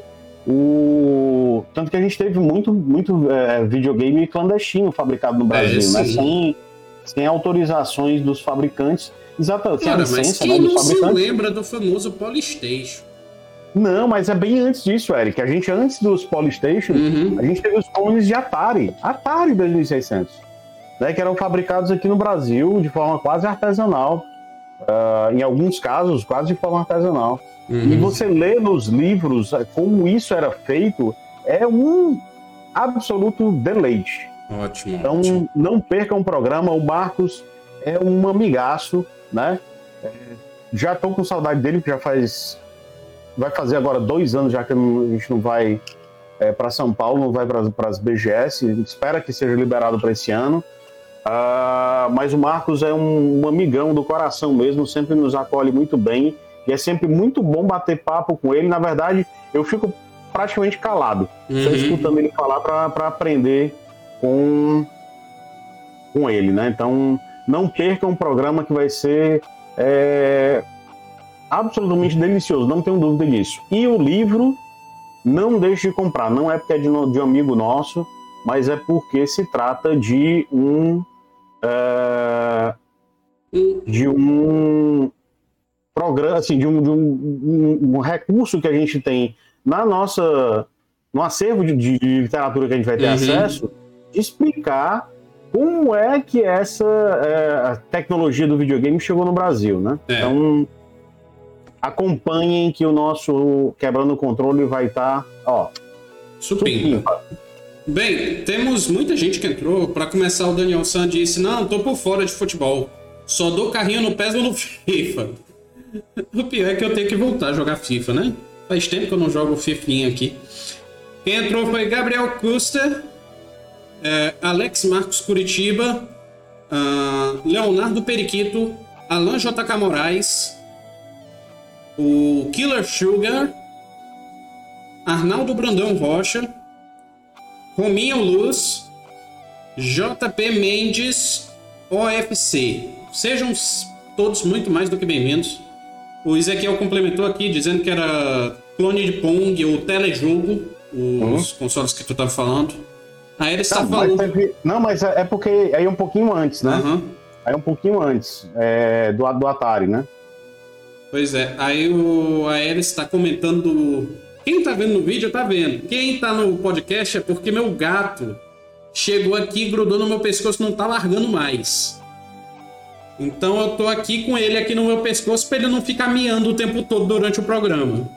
S2: o... tanto que a gente teve muito, muito é, videogame clandestino fabricado no Brasil,
S1: É,
S2: né? sem, sem autorizações dos fabricantes. Exatamente, sem a
S1: Cara, mas
S2: licença,
S1: quem
S2: né, dos
S1: não se
S2: fabricantes.
S1: lembra do famoso Polystation?
S2: Não, mas é bem antes disso, Eric. A gente, antes dos Polystation,
S1: Uhum.
S2: a gente teve os clones de Atari. Atari dois mil e seiscentos. Né, que eram fabricados aqui no Brasil de forma quase artesanal. Uh, em alguns casos, quase de forma artesanal.
S1: Uhum.
S2: E você lê nos livros como isso era feito, é um absoluto deleite.
S1: Ótimo.
S2: Então,
S1: ótimo.
S2: não perca um programa. O Marcos é um amigaço, né? É, já estou com saudade dele, porque já faz... vai fazer agora dois anos já que a gente não vai é, para São Paulo, não vai para as B G S. A gente espera que seja liberado para esse ano. Uh, mas o Marcos é um, um amigão do coração mesmo, sempre nos acolhe muito bem. E é sempre muito bom bater papo com ele. Na verdade, eu fico praticamente calado,
S1: Uhum.
S2: só escutando ele falar para aprender com, com ele, né? Então, não perca um programa que vai ser é, absolutamente delicioso, não tenho dúvida disso. E o livro, não deixe de comprar. Não é porque é de, de um amigo nosso, mas é porque se trata de um... É, de um... programa, assim, de, um, de um, um, um recurso que a gente tem na nossa, no acervo de, de literatura que a gente vai ter
S1: Uhum.
S2: acesso, de explicar como é que essa é, tecnologia do videogame chegou no Brasil, né?
S1: É.
S2: Então, acompanhem que o nosso Quebrando o Controle vai estar, ó,
S1: supimpa. Bem, temos muita gente que entrou. Para começar, o Daniel San disse: não, tô por fora de futebol, só dou carrinho no P E S ou no FIFA. O pior é que eu tenho que voltar a jogar FIFA, né? Faz tempo que eu não jogo Fifinha aqui. Quem entrou foi Gabriel Custer, é, Alex Marcos Curitiba, uh, Leonardo Periquito, Alan J K Moraes, o Killer Sugar, Arnaldo Brandão Rocha, Rominho Luz, J P Mendes, O F C. Sejam todos muito mais do que bem-vindos. O Ezequiel complementou aqui dizendo que era clone de Pong ou telejogo, os uhum. consoles que tu estava falando. Aí ele está falando.
S2: Mas teve... Não, mas é porque aí é um pouquinho antes, né?
S1: Uhum.
S2: Aí é um pouquinho antes é, do, do Atari, né?
S1: Pois é. Aí o Aéres está comentando. Quem tá vendo no vídeo tá vendo. Quem tá no podcast é porque meu gato chegou aqui, grudou no meu pescoço, não tá largando mais. Então eu tô aqui com ele aqui no meu pescoço pra ele não ficar miando o tempo todo durante o programa.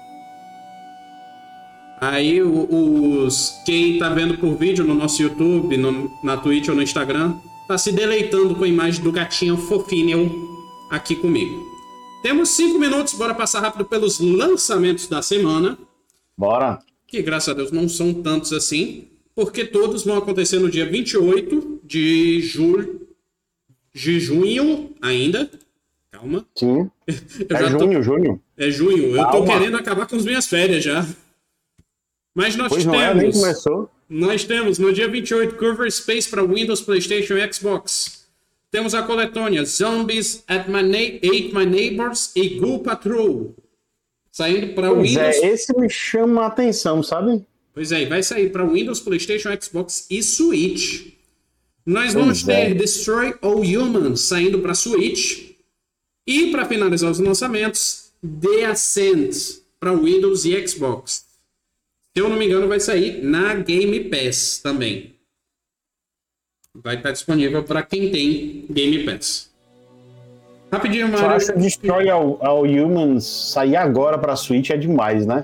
S1: Aí os quem tá vendo por vídeo no nosso YouTube, no, na Twitch ou no Instagram, tá se deleitando com a imagem do gatinho fofinho aqui comigo. Temos cinco minutos, bora passar rápido pelos lançamentos da semana.
S2: Bora.
S1: Que, graças a Deus, não são tantos assim, porque todos vão acontecer no dia vinte e oito de julho, de junho ainda. Calma.
S2: Sim.
S1: Eu
S2: é
S1: já
S2: junho,
S1: tô...
S2: junho.
S1: É junho. Eu
S2: Calma.
S1: tô querendo acabar com as minhas férias já. Mas nós
S2: pois
S1: temos...
S2: não é, nem começou.
S1: Nós temos, no dia vinte e oito, Cover Space para Windows, PlayStation e Xbox. Temos a coletânea Zombies at My Na- Ate My Neighbors e Ghoul Patrol. Saindo para
S2: Pois
S1: Windows...
S2: é, esse me chama a atenção, sabe?
S1: Pois é, vai sair para Windows, PlayStation, Xbox e Switch. Nós
S2: Pois
S1: vamos
S2: é.
S1: ter Destroy All Humans saindo para Switch. E para finalizar os lançamentos, The Ascent para Windows e Xbox. Se eu não me engano, vai sair na Game Pass também. Vai estar disponível para quem tem Game Pass. Rapidinho,
S2: Só
S1: Mário.
S2: acho que Destroy All, All Humans sair agora pra Switch é demais, né?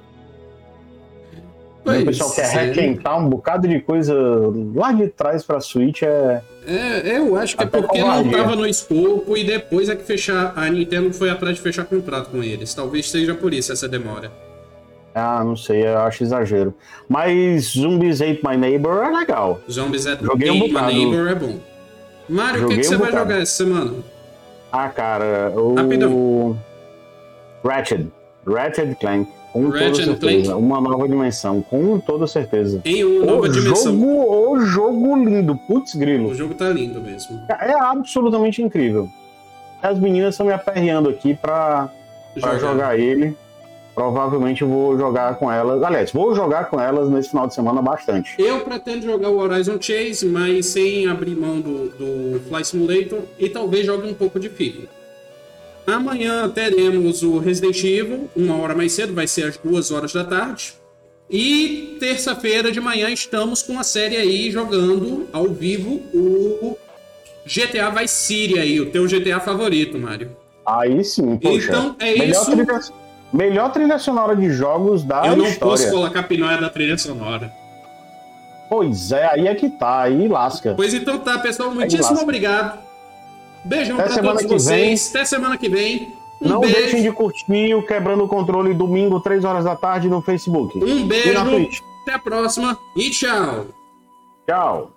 S1: Pois
S2: o pessoal quer
S1: é.
S2: requentar um bocado de coisa lá de trás pra Switch é...
S1: É, eu acho que
S2: Até
S1: é porque não
S2: covardia.
S1: estava no escopo e depois é que fechar, a Nintendo foi atrás de fechar contrato com eles. Talvez seja por isso essa demora.
S2: Ah, não sei, eu acho exagero. Mas Zombies Ate My Neighbor é legal.
S1: Zombies at
S2: Joguei um
S1: My
S2: bocado.
S1: Neighbor é bom. Mário, o que,
S2: Joguei
S1: que você
S2: um
S1: vai
S2: bocado.
S1: jogar essa semana?
S2: Ah, cara, o...
S1: Rapidão.
S2: Ratchet. Ratchet Clank. Com
S1: Ratchet
S2: toda
S1: and
S2: certeza.
S1: Clank?
S2: Uma nova dimensão. Com toda certeza.
S1: Em uma nova
S2: o
S1: dimensão.
S2: Jogo, o jogo lindo. Putz, grilo.
S1: O jogo tá lindo mesmo.
S2: É absolutamente incrível. As meninas estão me aperreando aqui pra, pra
S1: Jogar.
S2: jogar ele. Provavelmente eu vou jogar com elas. Aliás, vou jogar com elas nesse final de semana bastante.
S1: Eu pretendo jogar o Horizon Chase, mas sem abrir mão do, do Fly Simulator e talvez jogue um pouco de FIFA. Amanhã teremos o Resident Evil, uma hora mais cedo, vai ser às duas horas da tarde. E terça-feira de manhã estamos com a série aí jogando ao vivo o G T A Vice City aí, o teu G T A favorito, Mário.
S2: Aí sim, poxa.
S1: Então é
S2: melhor
S1: isso.
S2: Trilha, melhor trilha sonora de jogos da
S1: Eu não
S2: história.
S1: posso colocar a pinóia da trilha sonora.
S2: Pois é, aí é que tá, aí lasca.
S1: Pois então tá, pessoal,
S2: Aí
S1: muitíssimo
S2: lasca.
S1: obrigado. Beijão
S2: Até
S1: pra
S2: semana
S1: todos
S2: que
S1: vocês. Até semana que vem. Um
S2: Não
S1: beijo.
S2: deixem de curtir o Quebrando o Controle domingo, três horas da tarde no Facebook.
S1: Um
S2: E na
S1: beijo.
S2: Twitch.
S1: Até a próxima e tchau.
S2: Tchau.